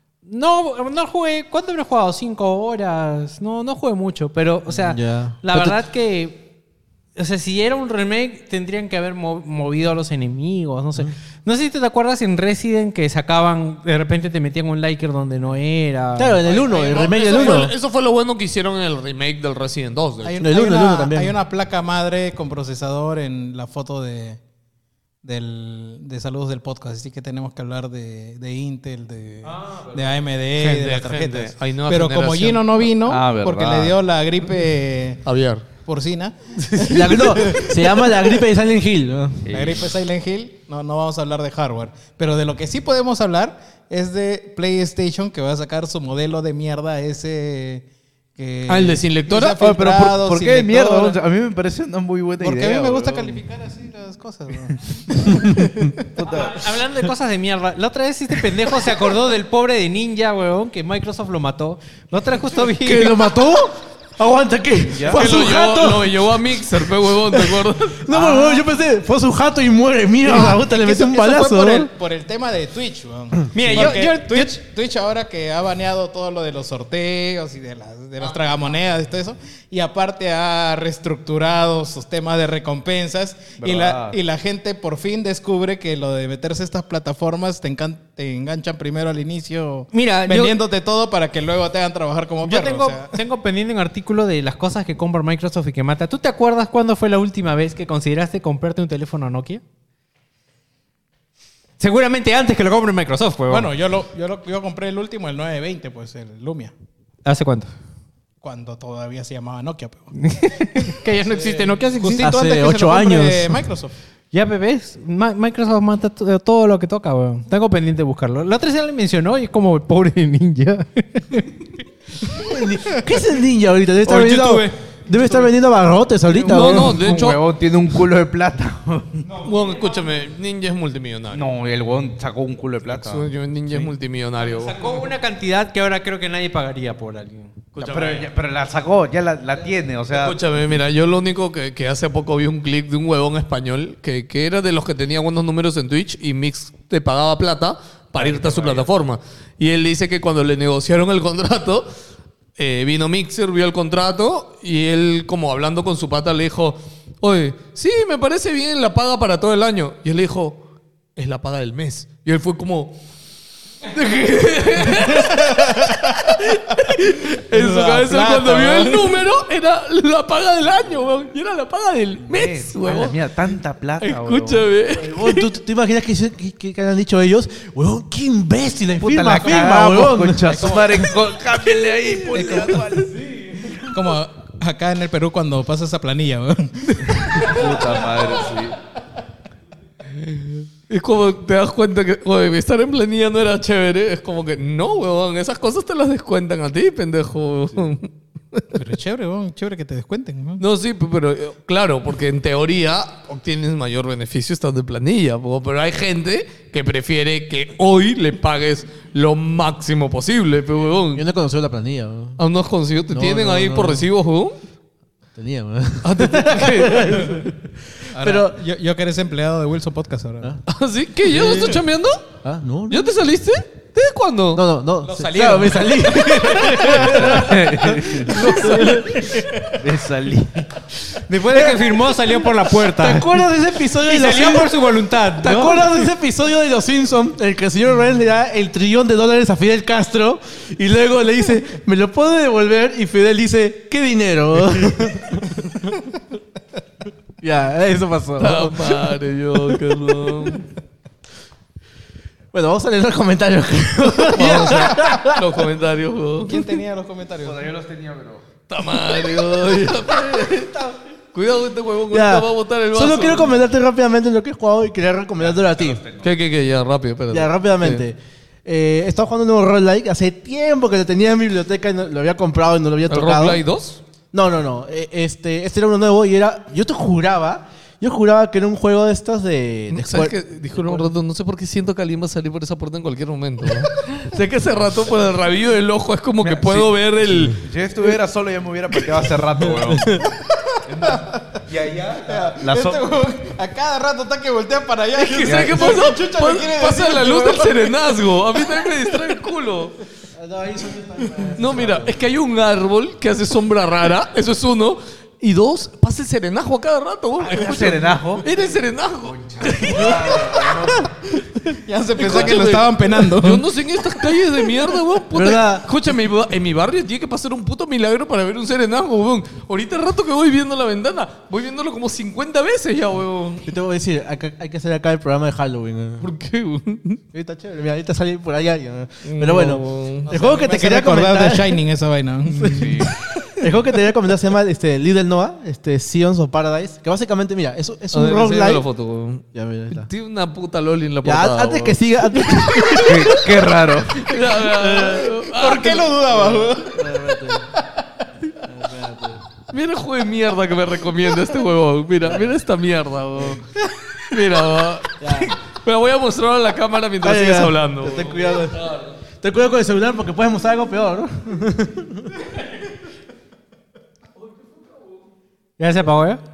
No jugué. ¿Cuánto habré jugado? 5 horas. No jugué mucho. Pero, o sea, Ya. la Pero verdad que. O sea, si era un remake, tendrían que haber movido a los enemigos. No sé. No sé si te acuerdas en Resident que sacaban. De repente te metían un liker donde no era. Claro, en el 1, el remake del Eso 1. eso fue lo bueno que hicieron en el remake del Resident 2. de Hay, hecho. El hay uno, el una, uno también. hay una placa madre con procesador en la foto de saludos del podcast, así que tenemos que hablar de Intel, de AMD, de las tarjetas. gente. Hay nueva Pero como generación. Gino no vino, Ah, verdad. porque le dio la gripe Javier. porcina, No, se llama la gripe de Silent Hill. ¿no? la gripe Silent Hill, no vamos a hablar de hardware. Pero de lo que sí podemos hablar es de PlayStation, que va a sacar su modelo de mierda ese... Que ¿El de sin lectora? que se ha Oye, pero filtrado, ¿por sin qué de mierda? lectora. weón? A mí me parece una muy buena Porque idea. a mí me gusta weón. calificar así las cosas. ¿no? Hablando de cosas de mierda. La otra vez este pendejo se acordó del pobre de Ninja, weón, que Microsoft lo mató. La otra vez justo vi. ¿Que lo mató? Aguanta, ¿qué? ¿Fue a Que su jato? lo llevó a Mixer, pe huevón, ¿te acuerdas? No, huevón, yo pensé, fue a su jato y muere. Mierda, puta, le metió un Eso fue balazo. ¿no? por el tema de Twitch, weón. Mira, Porque Twitch ahora que ha baneado todo lo de los sorteos y de las tragamonedas y todo eso, y aparte ha reestructurado sus temas de recompensas, Verdad. y la gente por fin descubre que lo de meterse a estas plataformas te enganchan primero al inicio, Mira, yo- vendiéndote todo para que luego te hagan trabajar como Yo perro. tengo, o sea. tengo pendiente un artículo de las cosas que compra Microsoft y que mata. ¿Tú te acuerdas cuándo fue la última vez que consideraste comprarte un teléfono Nokia? Seguramente antes que lo compre Microsoft, weón. Bueno, yo compré el último, el 920, pues el Lumia, ¿Hace cuánto? cuando todavía se llamaba Nokia. Pero. Que ya no existe Nokia. sí existe. Justito Hace antes que 8 se lo compre años. Microsoft. Ya, bebés. Microsoft mata todo lo que toca, weón. Tengo pendiente de buscarlo. La otra vez ya le mencionó y es como el pobre de Ninja. ¿Qué es el ninja ahorita? Oye, YouTube. Debe estar vendiendo barrotes ahorita. No, weón. no, de Un hecho, huevón tiene un culo de plata. huevón, escúchame, Ninja es multimillonario. No, el huevón sacó un culo de plata. Ninja es multimillonario. Sacó una cantidad que ahora creo que nadie pagaría por alguien. Pero la sacó, ya la tiene, o sea... Escúchame, mira, yo lo único que hace poco vi un clip de un huevón español que era de los que tenía buenos números en Twitch y Mix te pagaba plata para irte a su plataforma. Y él dice que cuando le negociaron el contrato, vino Mixer, vio el contrato y él, como hablando con su pata, le dijo, oye, sí, me parece bien la paga para todo el año. Y él le dijo, es la paga del mes. Y él fue como... En su La cabeza plata, cuando vio el weón. número era la paga del año, weón. Y era la paga del mes, weón. Mira, tanta plata, Escúchame. Huevón, ¿tú te imaginas que han dicho ellos? Huevón, qué imbécil. Puta, Firma, la firma, cagamos, huevón. concha su madre. Cámbienle ahí, puta. Como acá en el Perú cuando pasa esa planilla, weón. Puta madre, sí. Es como te das cuenta que, oye, estar en planilla no era chévere. Es como que, no, weón, esas cosas te las descuentan a ti, pendejo. weón. Pero es chévere, weón. Chévere que te descuenten, weón. No, sí, pero claro, porque en teoría obtienes mayor beneficio estando en planilla. Pero hay gente que prefiere que hoy le pagues lo máximo posible, pero, weón. Yo no he conocido la planilla, weón. ¿Aún no has conseguido? ¿Te No, tienen no, ahí no. por recibos, weón? Tenía, weón. Ahora, Pero- yo que eres empleado de Wilson Podcast ahora. ¿Ah, sí? ¿Qué? ¿Yo no estoy chambeando? Ah, no. ¿Ya te saliste? ¿Desde cuándo? No. Lo salieron. Claro, me salí. Me salí. Después de que firmó, salió por la ¿Te puerta. acuerdas de ese episodio Y de los salió por Simpsons? su voluntad. ¿Te ¿no? acuerdas de ese episodio de Los Simpsons en el que el señor Burns le da el $1 trillón a Fidel Castro y luego le dice, ¿me lo puedo devolver? Y Fidel dice, ¿qué dinero? Ya, eso pasó. Ah, madre, yo, perdón. Bueno, vamos a leer los comentarios. Vamos a los comentarios, weón. ¿Quién tenía los comentarios? Yo los tenía, pero... ¡Ta madre, weón! Cuidado, este huevón, Ya. ahorita va a botar el vaso. Solo quiero comentarte rápidamente lo que he jugado y quería recomendártelo a ti. ¿Qué? Ya, rápido, espérate. Ya, rápidamente. He estado jugando un nuevo roguelike. Hace tiempo que lo tenía en mi biblioteca y lo había comprado y no lo había ¿El tocado. Roguelike 2? No. Este era uno nuevo y era... Yo juraba que era un juego de estos de ¿Sabes qué? Disculpa un rato, no sé por qué siento que alguien va a salir por esa puerta en cualquier momento. ¿no? Sé que hace rato por el rabillo del ojo es como que puedo ver el... Si yo estuviera solo ya me hubiera pateado hace rato, weón. Y allá... La Este huevón a cada rato está que voltea para allá. Es que ¿sabes qué pasa? Pasa la luz del serenazgo. A mí también me distrae el culo. No, mira, es que hay un árbol que hace sombra rara. Eso es uno. Y dos, pasa el serenajo a cada rato. güey. ¿Era el serenajo? Era el serenajo. Ya se pensaba que Escúchame, lo estaban penando. Yo no sé en estas calles de mierda, weón. Puta, ¿Verdad? escúchame, en mi barrio tiene que pasar un puto milagro para ver un serenajo, weón. Ahorita el rato que voy viendo la ventana, voy viéndolo como 50 veces ya, weón. Yo te voy a decir, hay que hacer acá el programa de Halloween. ¿Por qué, weón? Está chévere, mira, ahorita sale por allá. Pero No, bueno, weón. el juego que te quería recordar comentar... de Shining esa vaina. Sí. El juego que te quería comentar se llama Little Noah, Seasons of Paradise. Que básicamente, mira, es A un ver, enséñame la roguelike. foto, weón. Ya, mira, ahí está. Tiene una puta loli en la Ya, portada. antes que weón. siga... Qué raro. ¿Por qué lo dudabas, weón? Mira el juego de mierda que me recomienda este huevón. Mira esta mierda, weón. Mira, weón. Me voy a mostrar a la cámara mientras sigues hablando. Ten weón. cuidado. Ten cuidado con el celular porque puedes mostrar algo peor, ¿no? ¿Ya se apagó ya?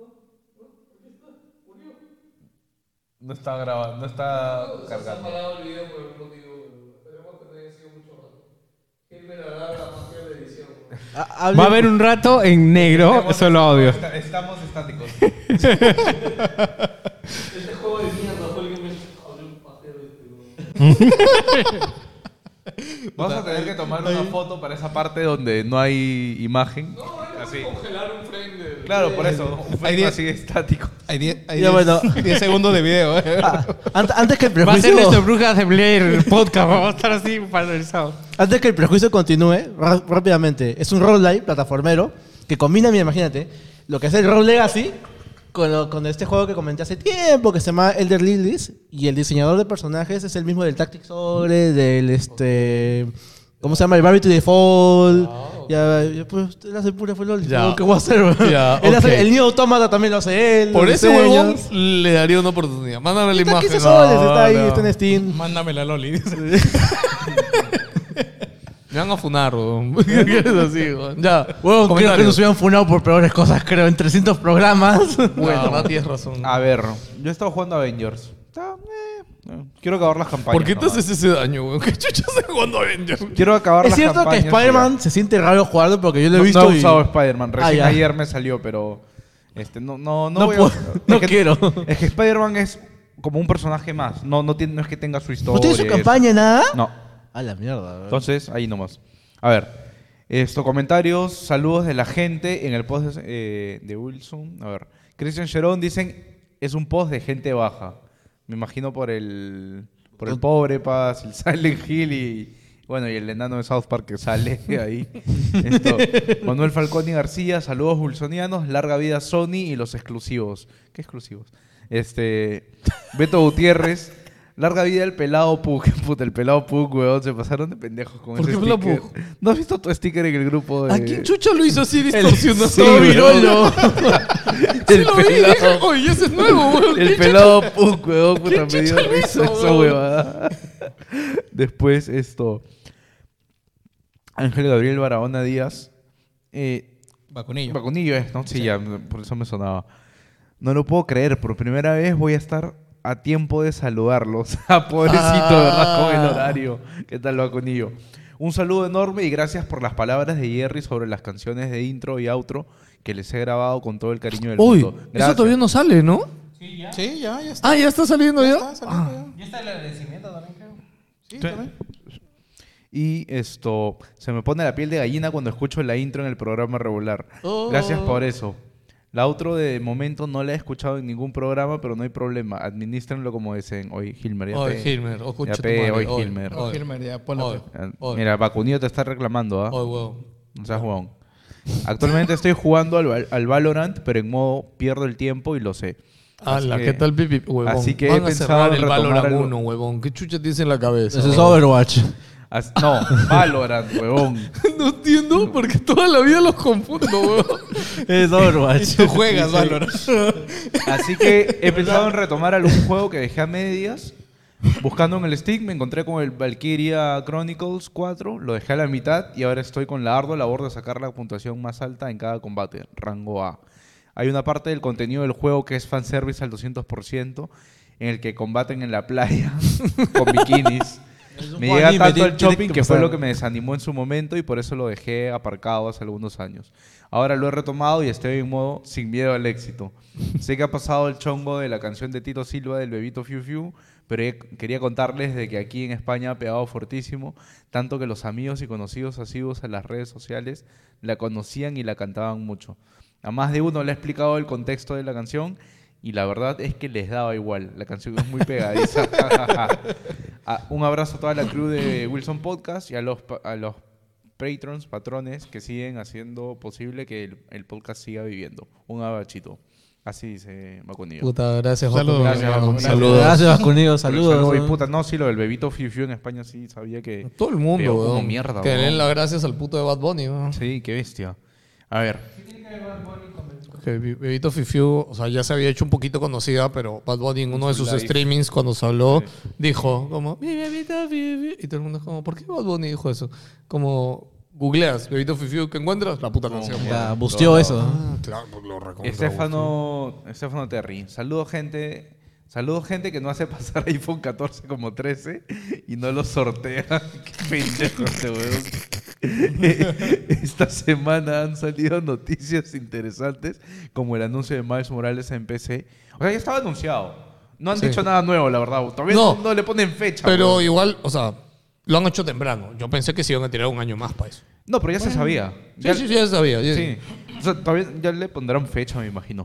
No está grabando, no está cargando. Va a haber un rato en negro, solo audio. Estamos estáticos. Este juego de mierda fue el que me abrió un pajero Vamos a tener que tomar una foto para esa parte donde no hay imagen. Así. congelar un frame de... Claro, por eso. Un frame diez- así estático. Hay 10 Ya, bueno. 10 segundos de video. Antes que el Va a ser prejuicio... nuestro Brujas de Blair podcast. Vamos a estar así paralizados. Antes que el prejuicio continúe, rápidamente, es un roguelike plataformero que combina, mira, imagínate, lo que es el Rogue Legacy con este juego que comenté hace tiempo que se llama Elder Lilies y el diseñador de personajes es el mismo del Tactics Ogre, del ¿cómo se llama? El Gravity Default. Ya, pues él hace pura fue LOL. Ya. ¿Qué voy a hacer? Bro? Ya, Él hace, ok. el Neo Automata también lo hace él. Por los ese huevón diseños. le daría una oportunidad. Mándame la Está imagen. 15 soles, No, está ahí, no. está en Steam. Mándame la Loli. Me van a funar, weón. ¿Qué quieres así, weón? Ya. Bueno, creo que comentarios. nos hubieran funado por peores cosas, creo, en 300 programas. Bueno, no tienes razón. A ver, yo he estado jugando Avengers. Quiero acabar las campañas. ¿Por qué te nomás. haces ese daño, weón? ¿Qué chuchas haces jugando Avengers? Quiero acabar Es las cierto que campañas. Spider-Man se siente raro jugarlo porque yo lo he No, visto no he y... usado Spider-Man. Recién ya. ayer me salió, pero... No No voy puedo, no es que- quiero. Es que Spider-Man es como un personaje más. No es que tenga su historia. ¿No tiene su campaña, nada? No. A la mierda. Entonces, ahí nomás. A ver. Comentarios, saludos de la gente en el post de Wilson. A ver. Christian Cherón dicen, es un post de gente baja. Me imagino por el pobre Paz, el Silent Hill y el enano de South Park que sale ahí. Manuel Falconi García, saludos wilsonianos, larga vida Sony y los exclusivos. ¿Qué exclusivos? Beto Gutiérrez, larga vida el pelado Pug. Puta, el pelado Pug, weón, se pasaron de pendejos con ¿Por ese qué pelado sticker. Pug? ¿No has visto tu sticker en el grupo de...? ¿A quién chucha lo hizo así distorsionado? Sí, virolo. Sí lo vi, dije, oye, ese es nuevo, weón. El pelado Pug, weón, puta, me dio chucha lo risa hizo, esa weón? huevada. Después Ángel Gabriel Barahona Díaz. Vacunillo. Vacunillo es, ¿no? Sí, ya, por eso me sonaba. No lo puedo creer, por primera vez voy a estar a tiempo de saludarlos. Pobrecito, ¿verdad? Con el horario. ¿Qué tal, Vacunillo? Un saludo enorme y gracias por las palabras de Jerry sobre las canciones de intro y outro que les he grabado con todo el cariño del Uy, mundo. eso Gracias. todavía no sale, ¿no? Sí, ya está. Ah, ¿ya está saliendo ya? Está saliendo ya. Ya está el agradecimiento también, creo. Sí, también. Y se me pone la piel de gallina cuando escucho la intro en el programa regular. Gracias por eso. La outro de momento no la he escuchado en ningún programa, pero no hay problema. Administrenlo como dicen. Hoy, Hilmer, ya Oye, te... Hilmer, escucha ya tu pe, madre. hoy, Oye, Hilmer. oye, Hilmer, ya, ponlo. oye, oye. Mira, Vacunillo te está reclamando, ¿ah? Oye, weón. No seas huevón. Actualmente estoy jugando al Valorant, pero en modo pierdo el tiempo y lo sé. Ala, ¿qué tal, pipi? Huevón. Así que he Van a pensado cerrar en el retomar Valorant algo. 1, huevón. ¿Qué chucha tienes en la cabeza? Ese es huevón? Overwatch. No, Valorant, huevón. No entiendo porque toda la vida los confundo, huevón. Es Overwatch. Tú juegas, Valor. Así que he pensado en retomar algún juego que dejé a medias. Buscando en el Steam me encontré con el Valkyria Chronicles 4, lo dejé a la mitad y ahora estoy con la ardua labor de sacar la puntuación más alta en cada combate, rango A. Hay una parte del contenido del juego que es fanservice al 200%, en el que combaten en la playa con bikinis. Me juego llega anime, tanto el tiene shopping que que fue pasar. lo que me desanimó en su momento y por eso lo dejé aparcado hace algunos años. Ahora lo he retomado y estoy en modo sin miedo al éxito. Sé que ha pasado el chongo de la canción de Tito Silva del Bebito Fiu Fiu, pero quería contarles de que aquí en España ha pegado fortísimo, tanto que los amigos y conocidos asiduos en las redes sociales la conocían y la cantaban mucho. A más de uno le he explicado el contexto de la canción y la verdad es que les daba igual. La canción es muy pegadiza. Un abrazo a toda la crew de Wilson Podcast y a los patrones que siguen haciendo posible que el podcast siga viviendo. Un abachito. Así dice Vacunillo. Puta, gracias, Saludos, Joaquín. gracias, Vacunillo. Saludos. Gracias, Vacunillo. Saludos. Y puta, no, sí, lo del Bebito Fiu Fiu en España sí sabía que... Todo el mundo, pegó como weón. mierda, Que le weón. den las gracias al puto de Bad Bunny, weón. Sí, qué bestia. A ver, Que Bebito Fifiu, o sea, ya se había hecho un poquito conocida, pero Bad Bunny en uno de su sus live. streamings cuando se habló, dijo como, mi Bebito Fifiu. Y todo el mundo es como, ¿por qué Bad Bunny dijo eso? Como, googleas Bebito Fifiu, ¿qué encuentras? La puta canción. Ya, busteó eso. Ah, claro, pues lo recontra. Estefano Terry. Saludos gente que no hace pasar iPhone 14 como 13 y no lo sortea. Qué pendejo este weón. Esta semana han salido noticias interesantes como el anuncio de Miles Morales en PC. O sea, ya estaba anunciado. No han Sí. dicho nada nuevo, la verdad. Todavía no le ponen fecha. Pero weón. igual, o sea, lo han hecho temprano. Yo pensé que se iban a tirar un año más para eso. No, pero ya se sabía. Sí, ya sabía. ya- Sí. O sea, todavía ya le pondrán fecha, me imagino.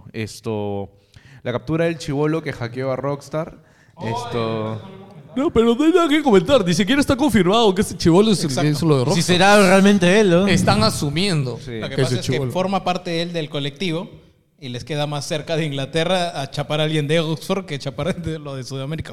La captura del chibolo que hackeó a Rockstar. No, pero no hay nada que comentar. Ni siquiera está confirmado que ese chivolo es el que hizo lo de Rockstar. Si será realmente él, ¿no? Están asumiendo Sí. Lo que que pasa ese es que chibolo. forma parte él del colectivo y les queda más cerca de Inglaterra a chapar a alguien de Oxford que chapar de lo de Sudamérica.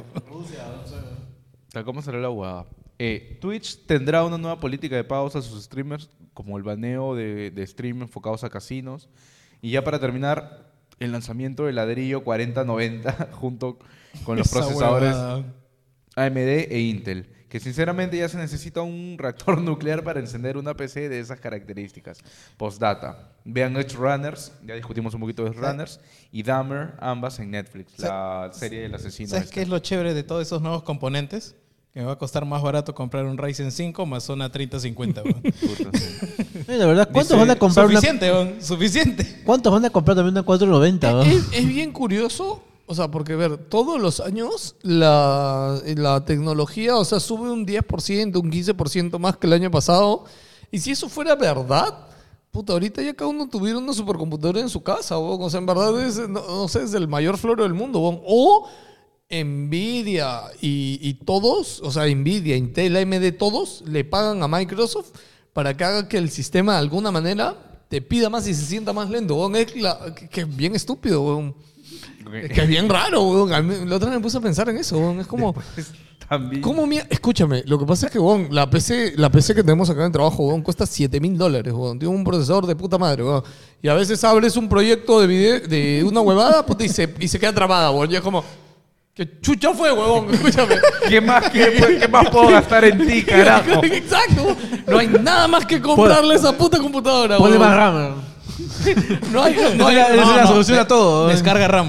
Tal como será la huevada. Twitch tendrá una nueva política de pagos a sus streamers, como el baneo de stream enfocados a casinos. Y ya para terminar, el lanzamiento del ladrillo 4090 junto con los Esa procesadores huevada. AMD e Intel. Que sinceramente ya se necesita un reactor nuclear para encender una PC de esas características. Postdata. Vean Edge Runners, ya discutimos un poquito de Edge Runners, y Dahmer, ambas en Netflix, la serie del asesino. ¿Sabes este. qué es lo chévere de todos esos nuevos componentes? Que me va a costar más barato comprar un Ryzen 5 más una 3050. weón. Puta, sí. La verdad, ¿cuántos Dice- van a comprar una... Suficiente, weón, suficiente. ¿Cuántos van a comprar también una 490? ¿no? Es bien curioso O sea, porque ver, todos los años la tecnología, o sea, sube un 10%, un 15% más que el año pasado. Y si eso fuera verdad, puta, ahorita ya cada uno tuviera una supercomputadora en su casa, weón. O sea, en verdad no sé, es el mayor floro del mundo, weón. O Nvidia y todos, o sea, Nvidia, Intel, AMD, todos le pagan a Microsoft para que haga que el sistema de alguna manera te pida más y se sienta más lento, weón. Que es bien estúpido, weón. Es que es bien raro, weón. La otra vez me puse a pensar en eso, weón. Es como... También. ¿Cómo escúchame, lo que pasa es que, weón, la PC que tenemos acá en el trabajo, weón, cuesta $7,000, weón. Tiene un procesador de puta madre, weón. Y a veces abres un proyecto de video, de una huevada, puta, y se queda trabada, weón. Y es como... ¿Qué chucha fue, huevón? Escúchame. ¿Qué más puedo gastar en ti, carajo? Exacto. No hay nada más que comprarle esa puta computadora, Ponle huevón. más RAM. No hay Es la solución a todo. Descarga RAM.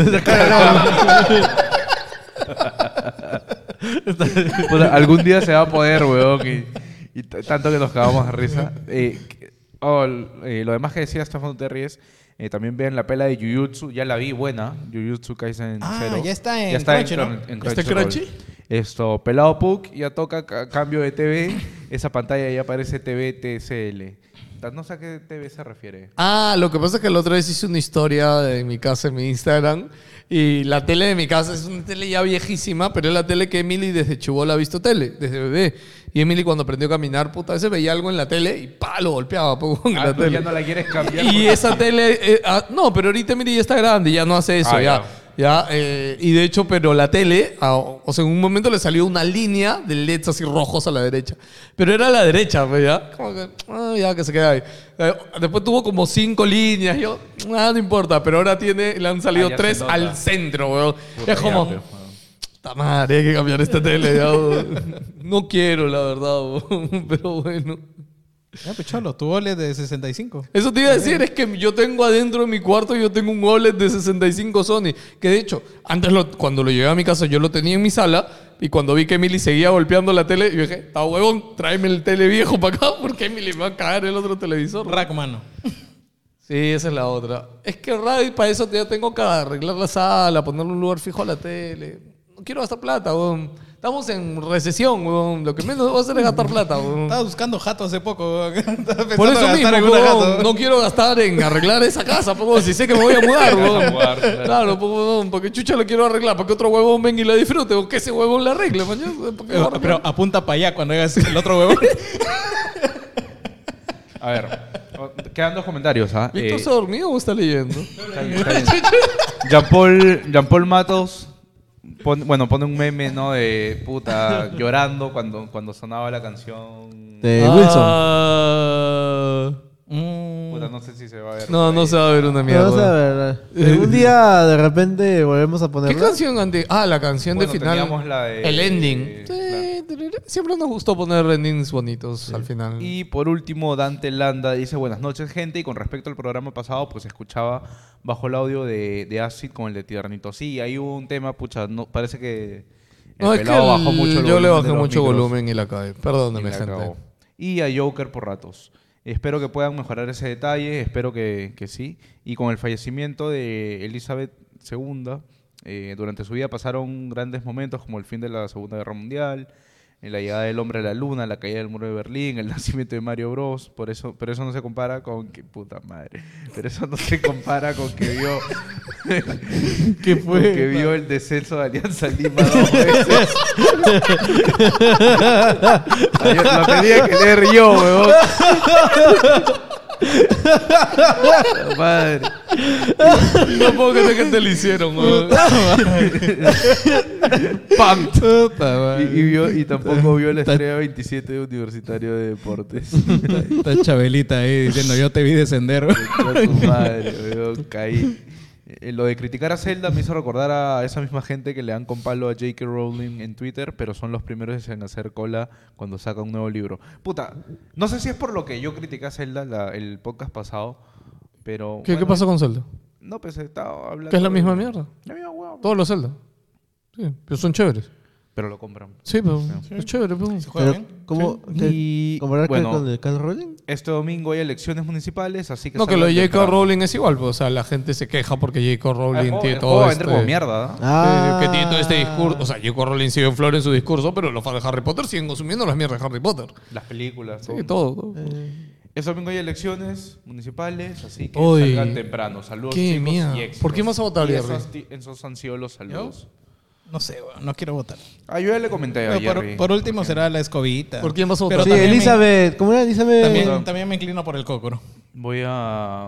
Puta, algún día se va a poder, weón. Y tanto que nos cagamos de risa. Lo demás que decía Stefano Terry es... también vean la pela de Jujutsu, ya la vi, buena. Jujutsu Kaisen 0. Ya está en Crunchy, ¿no? En ¿Está Crunchy? Esto, Pelado Puck ya toca cambio de TV. Esa pantalla ya parece TV TCL. No sé a qué TV se refiere. Lo que pasa es que la otra vez hice una historia en mi casa, en mi Instagram. Y la tele de mi casa es una tele ya viejísima, pero es la tele que Emily desde chibola ha visto tele, desde bebé. Y Emily cuando aprendió a caminar, puta, a veces veía algo en la tele y lo golpeaba con la tele. Ya no la quieres cambiar. Y esa tele... no, pero ahorita Emily ya está grande y ya no hace eso, ya. Y de hecho, pero la tele, o sea, en un momento le salió una línea de LEDs así rojos a la derecha. Pero era a la derecha, pues, ya. Como que, ya que se queda ahí. Después tuvo como 5 líneas. Yo, no importa. Pero ahora le han salido 3 al centro, weón. Es como, ¡ta madre! Hay que cambiar esta tele, ya, no quiero, la verdad, weón. Pero bueno. Ya, pues cholo, tu OLED de 65. Eso te iba a decir, es que yo tengo adentro de mi cuarto, yo tengo un OLED de 65 Sony, que de hecho, antes cuando lo llevé a mi casa yo lo tenía en mi sala, y cuando vi que Emily seguía golpeando la tele, yo dije, está huevón, tráeme el tele viejo para acá, porque Emily me va a caer el otro televisor. Rack, mano. Sí, esa es la otra. Es que para eso ya tengo que arreglar la sala, ponerle un lugar fijo a la tele. No quiero gastar plata, weón. Estamos en recesión, weón. Lo que menos voy a hacer es gastar plata, weón. Estaba buscando jato hace poco, weón. Por eso mismo, weón, no quiero gastar en arreglar esa casa, weón, si sé que me voy a mudar, weón. Claro, weón, porque chucha lo quiero arreglar, para que otro huevón venga y la disfrute, o que ese huevón la arregle, man. Pero apunta para allá cuando hagas el otro huevón. A ver, quedan 2 comentarios, ¿Víctor se ha dormido o está leyendo? Está bien. Jean-Paul Matos pone un meme, ¿no? De puta llorando cuando sonaba la canción de Wilson. Puta, no sé si se va a ver. No se va a ver una mierda. Vamos a ver. Un día de repente volvemos a ponerla. ¿Qué canción antes? La canción de final. Teníamos la de, el ending. Claro. Siempre nos gustó poner endings bonitos al final. Y por último, Dante Landa dice: buenas noches, gente. Y con respecto al programa pasado, pues escuchaba bajo el audio de Acid con el de Tiernito. Sí, hay un tema, pucha, no, parece que no, es que bajó mucho el yo le bajé de los mucho micros volumen y la cae. Perdóname, gente. Cagó. Y a Joker por ratos. Espero que puedan mejorar ese detalle, espero que sí. Y con el fallecimiento de Elizabeth II, durante su vida pasaron grandes momentos como el fin de la Segunda Guerra Mundial, la llegada del hombre a la luna, la caída del muro de Berlín, el nacimiento de Mario Bros. Pero eso no se compara con que... Puta madre. Pero eso no se compara con que vio... ¿Qué fue? Con que vio el descenso de Alianza Lima 2 veces. Lo tenía que leer yo, weón. Madre. No puedo creer que te lo hicieron, weón. Y tampoco vio la estrella 27 de Universitario de Deportes. Está Chabelita ahí diciendo: yo te vi descender. Tu madre, weón, caí. Lo de criticar a Zelda me hizo recordar a esa misma gente que le dan con palo a J.K. Rowling en Twitter, pero son los primeros en hacer cola cuando saca un nuevo libro. Puta, no sé si es por lo que yo critiqué a Zelda el podcast pasado, pero... ¿Qué pasó con Zelda? No, pues estaba hablando... ¿Que es la misma mierda? La misma hueá. Todos los Zelda. Sí, pero son chéveres. Pero lo compran. Sí, pero es chévere. Pero... ¿Se juega bien? ¿Cómo? Y, ¿Comparar bueno, con el Carl Rowling? Este domingo hay elecciones municipales, así que... No, que lo de salgan J.K. temprano. Rowling es igual, pues, o sea, la gente se queja porque J.K. Rowling tiene El todo juego va a este... entrar como mierda, ¿no? Ah. que tiene todo este discurso. O sea, J.K. Rowling sigue en flor en su discurso, pero los fans de Harry Potter siguen consumiendo las mierdas de Harry Potter. Las películas, Sí, todo. Este domingo hay elecciones municipales, así que Uy. salgan temprano. Saludos, Qué chicos, mierda. y éxitos. ¿Por quién vas a votar, Y Jerry? esos han sido los saludos. No sé, weón, no quiero votar. Ah, yo ya le comenté a Pero Jerry. por último será la escobita. ¿Por quién vas a votar? Pero Sí, también Elizabeth. ¿Cómo era Elizabeth? También me inclino por el Cócoro. Voy a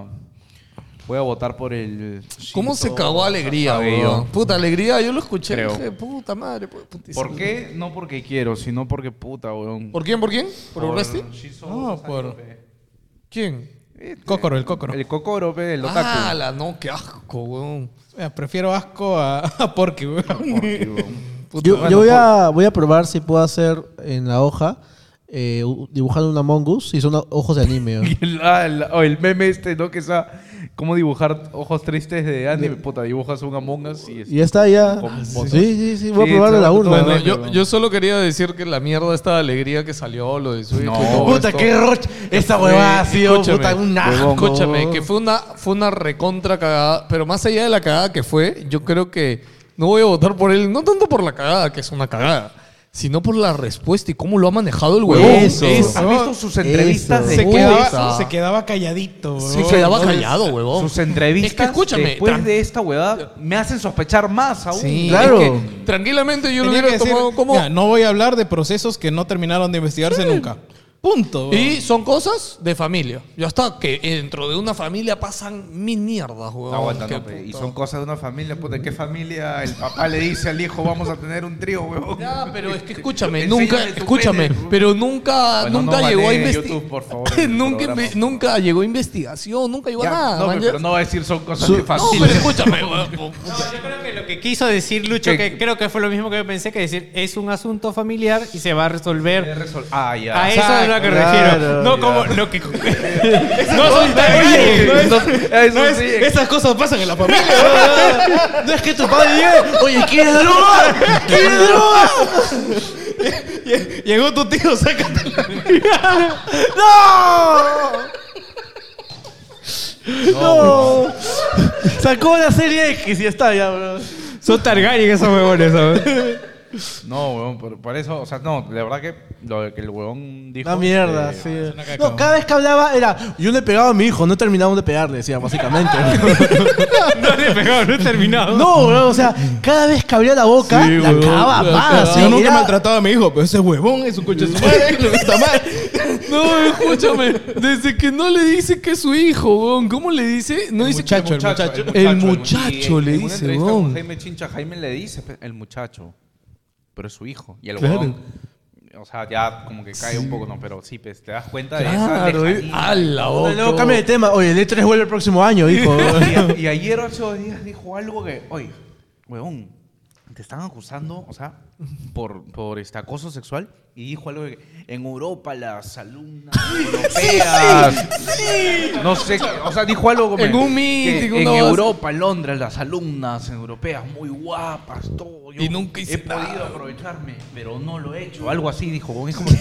votar por el... ¿Cómo se Shinzo cagó Alegría, Sasageyo. weón? Puta, Alegría, yo lo escuché. Creo. Dije, puta madre. Putísimo. ¿Por qué? No porque quiero, sino porque puta, weón. ¿Por quién? ¿Por quién? ¿Por Urresti? Shinzo No, por- Sasageyo, ¿Quién? Cócoro, el Cócoro. El Kokoro, pe, el otaku. Ah, no, qué asco, weón. Prefiero asco a Porky, weón. Porque, weón. Puta, Yo voy a probar si puedo hacer en la hoja dibujando un Among Us y son ojos de anime. ¿no? Y el meme este, ¿no? Que está... ¿Cómo dibujar ojos tristes de anime? Puta, dibujas un Among Us y... Y ya está, ya. Con Sí, botones. sí, voy a Sí, probarlo en la todo- urna. todo Bueno, meme, weón. yo solo quería decir que la mierda esta de Alegría que salió, lo de Switch y todo Puta, esto. qué roche. Esta huevada ha sido Escúchame, puta, un asco. Escúchame, que fue una recontra cagada, pero más allá de la cagada que fue, yo creo que no voy a votar por él, no tanto por la cagada, que es una cagada, sino por la respuesta y cómo lo ha manejado el huevón. Eso. ¿Has visto sus entrevistas Eso. de Se quedaba calladito, Se weón. quedaba callado, huevón. Sus entrevistas Es que escúchame, después de esta huevada me hacen sospechar más aún. Sí, Claro. es que tranquilamente yo lo Tenía hubiera que decir, tomado como... "Mira, no voy a hablar de procesos que no terminaron de investigarse nunca. Punto. Y son cosas de familia. Ya está, que dentro de una familia pasan mil mierdas, huevón. Aguanta, Qué no, pe. Y puta. son cosas de una familia, puta, ¿qué familia? El papá le dice al hijo, vamos a tener un trío, huevón. Ya, pero es que escúchame, Enséñale nunca, tu escúchame, pene, pero nunca, Bueno, nunca no llegó a manejes investigar. YouTube, por favor, en el nunca, programa. nunca llegó a investigación, nunca llegó Ya, a nada. no, man, pero ya. no va a decir son cosas de No, familia. pero escúchame, huevón. Yo creo que lo que quiso decir Lucho, ¿Qué? que creo que fue lo mismo que yo pensé, que decir, es un asunto familiar y se va a resolver. Ah, ya. A eso es a lo que me Claro, refiero. No ya. como lo que... no son Targaryen. Eso sí. Esas cosas pasan en la familia. No es que tu padre llegue. Oye, ¿quieres droga? ¿Quieres droga? Llegó tu tío, sácatela. No. Sacó la serie X y ya está, ya, bro. Son Targaryen esos huevones, ¿sabes? No, huevón, por eso, o sea, no, la verdad que lo que el huevón dijo... Una mierda, eh, sí. No, cada vez que hablaba era, yo le pegaba a mi hijo, no terminaba de pegarle, decía, básicamente. No le he pegado, no he terminado. No, bro, o sea, cada vez que abría la boca, Sí, la huevón, cagaba la más. cagaba. sí, Yo nunca era- maltrataba a mi hijo, pero ese huevón es un coche de su madre. Lo está mal. No, escúchame, desde que no le dice que es su hijo, huevón, ¿cómo le dice? No dice muchacho, que... el muchacho. El muchacho le en una dice, entrevista huevón. con Jaime Chincha, Jaime le dice, el muchacho, pero es su hijo. Y el Claro. huevón, o sea, ya como que cae un poco, no, pero sí, pues, te das cuenta de esa Claro, lejanía. a la Bueno, luego boca. cambia de tema. Oye, el E3 vuelve el próximo año, hijo. Y ayer hace 2 días dijo algo que, oye, huevón, te están acusando, o sea, por este acoso sexual. Y dijo algo de que en Europa las alumnas europeas, no sé, o sea, dijo algo como En un que meeting, en una voz. Europa, en Londres, las alumnas europeas muy guapas, todo. Yo Y nunca hice he podido nada. aprovecharme, pero no lo he hecho. Algo así dijo, huevón, es como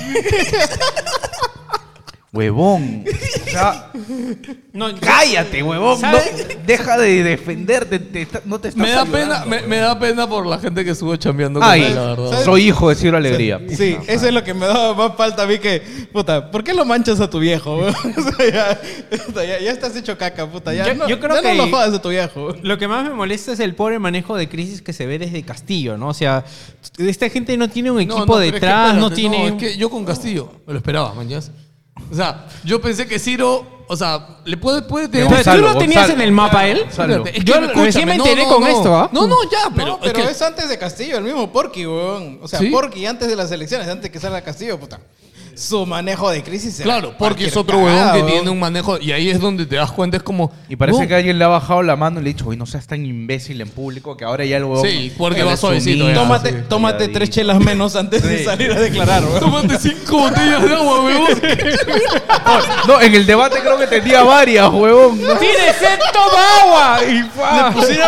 huevón, o sea, No, cállate, huevón, no, ¿Sabes? deja de defenderte, no te estás Me da pena, ayudando, me da pena por la gente que estuvo chambeando con Ay, él, la verdad. soy hijo de Ciro Alegría. Sí, eso es lo que me daba más falta a mí que, puta, ¿por qué lo manchas a tu viejo? weón? O sea, ya estás hecho caca, puta. Ya, Yo creo ya que- no lo jodas a tu viejo. Lo que más me molesta es el pobre manejo de crisis que se ve desde Castillo, ¿no? O sea, esta gente no tiene un equipo pero es que detrás, no espérate, tiene... es que yo con Castillo me lo esperaba, mañas. O sea, yo pensé que Ciro, o sea, le puede tener... Pero Gonzalo, tú lo tenías Gonzalo. en el mapa él. Gonzalo. Es que Yo escúchame, recién me enteré con esto, ¿ah? No, ya, pero, No, pero es que- es antes de Castillo, el mismo Porky, weón. O sea, ¿Sí? Porky antes de las elecciones, antes que salga Castillo, puta. Su manejo de crisis era Claro, porque es cualquier otro huevón cagada, que weón. tiene un manejo... Y ahí es donde te das cuenta, es como... Y parece no, que alguien le ha bajado la mano y le ha dicho, oye, no seas tan imbécil en público, que ahora ya el huevón... Sí, porque él va es suavecito humilde, ya. Tómate, tómate 3 chelas menos antes de Sí. salir a declarar, weón. Tómate 5 botellas de agua, huevón. No, en el debate creo que tenía varias, huevón. ¿no? ¡Tiene sed, toma agua! Y Le pusieron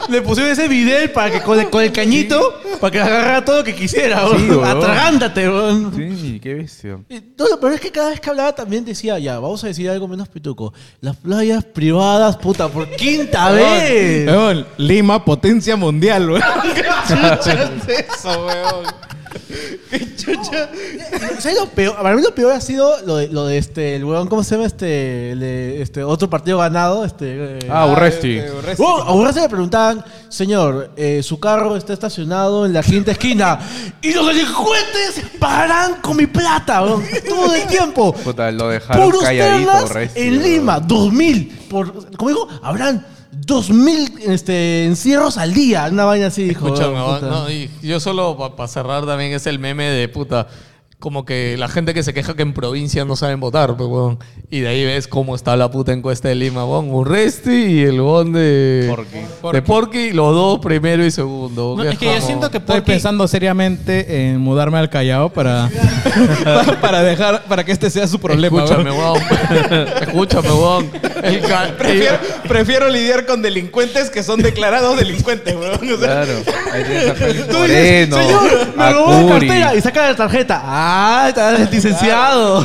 Le pusieron ese video para que con el cañito, para que agarrara todo lo que quisiera, weón. Sí, weón. Atragántate, weón. Sí, qué bestia. No, pero es que cada vez que hablaba también decía, ya, vamos a decir algo menos pituco. Las playas privadas, puta, por quinta vez. Weón, Lima, potencia mundial, weón. ¿Qué chucha es eso, weón? ¿Qué chucha? ¿Sabes lo peor? Para mí lo peor ha sido lo de el weón, ¿cómo se llama otro partido ganado? Urresti. A Urresti le preguntaban, señor, su carro está estacionado en la quinta esquina y los delincuentes paran con mi plata, weón, todo el tiempo. Puta, lo dejaron Por calladito, ustedes Urresti. en Lima, 2000. Como digo, habrán 2000 encierros al día. Una vaina así, dijo. Escúchame, puta. no, y yo solo para cerrar también es el meme de puta. Como que la gente que se queja que en provincia no saben votar, pues, weón. Y de ahí ves cómo está la puta encuesta de Lima, weón. Urresti y el weón de Porky, los dos primero y segundo. No, es que yo siento que Estoy Porky... pensando seriamente en mudarme al Callao para que este sea su problema. Escúchame, weón. weón. Escúchame, weón. Prefiero lidiar con delincuentes que son declarados delincuentes, weón. O sea, Claro. Ahí tienes a Félix Tú dices, Moreno, señor, me a robó la Curi. cartera y saca la tarjeta. Ah, estás licenciado.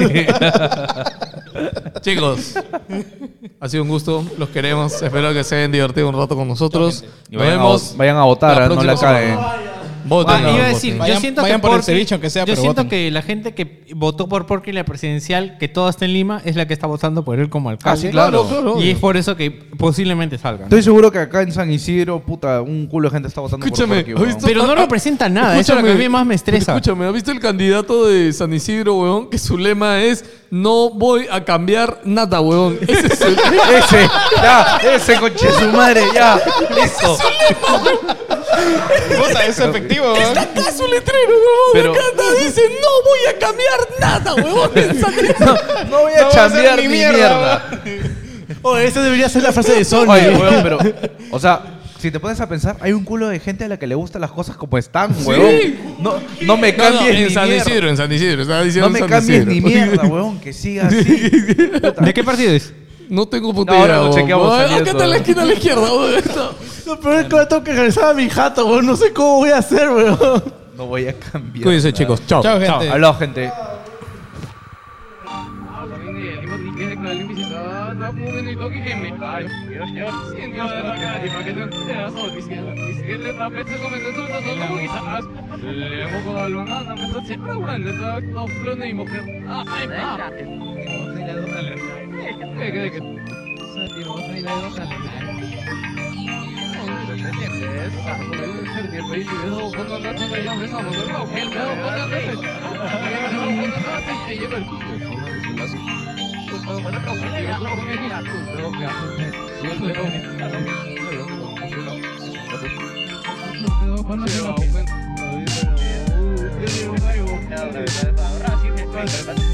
Chicos, ha sido un gusto. Los queremos. Espero que se hayan divertido un rato con nosotros. Y Nos vemos. vayan a votar, no próxima la caguen. semana. Voten, iba a voten. decir, Vayan- yo siento vayan que por el Porky- ceviche, aunque sea, yo pero siento voten. que la gente que votó por Porky en la presidencial, que todo está en Lima, es la que está votando por él como alcalde. sí, claro. Y es por eso que posiblemente salga. ¿no? Estoy seguro que acá en San Isidro, puta, un culo de gente está votando Escúchame, por Porky, weón. ¿has visto? Pero no representa nada, eso es lo que a mí más me estresa. Escúchame, ¿has visto el candidato de San Isidro, weón? Que su lema es: no voy a cambiar nada, weón. Ese es el ese conche su madre, ya. Listo. puta, es efectivo, weón. Está acá su letrero, weón. Pero- Acá dice: no voy a cambiar nada, weón. En San Isidro. No voy a No voy a hacer chambear ni ni mierda. mierda. Oh, esa debería ser la frase de Sony. Oye, weón, pero, o sea, si te pones a pensar, hay un culo de gente a la que le gustan las cosas como están, weón. No me cambies en ni San mierda. Isidro, en San Isidro. Estaba diciendo No me en San cambies Isidro. ni mierda, weón, que siga así. ¿De qué partido es? No tengo puta No, ahora idea, lo weón. chequeamos Acá saliendo. está en la esquina a la izquierda, weón. Lo peor es que ahora tengo que regresar a mi jato, weón. No sé cómo voy a hacer, weón. No voy a cambiar. Cuídense, nada. chicos. Chao. Chao, gente. Hablado, gente. Ahora sí,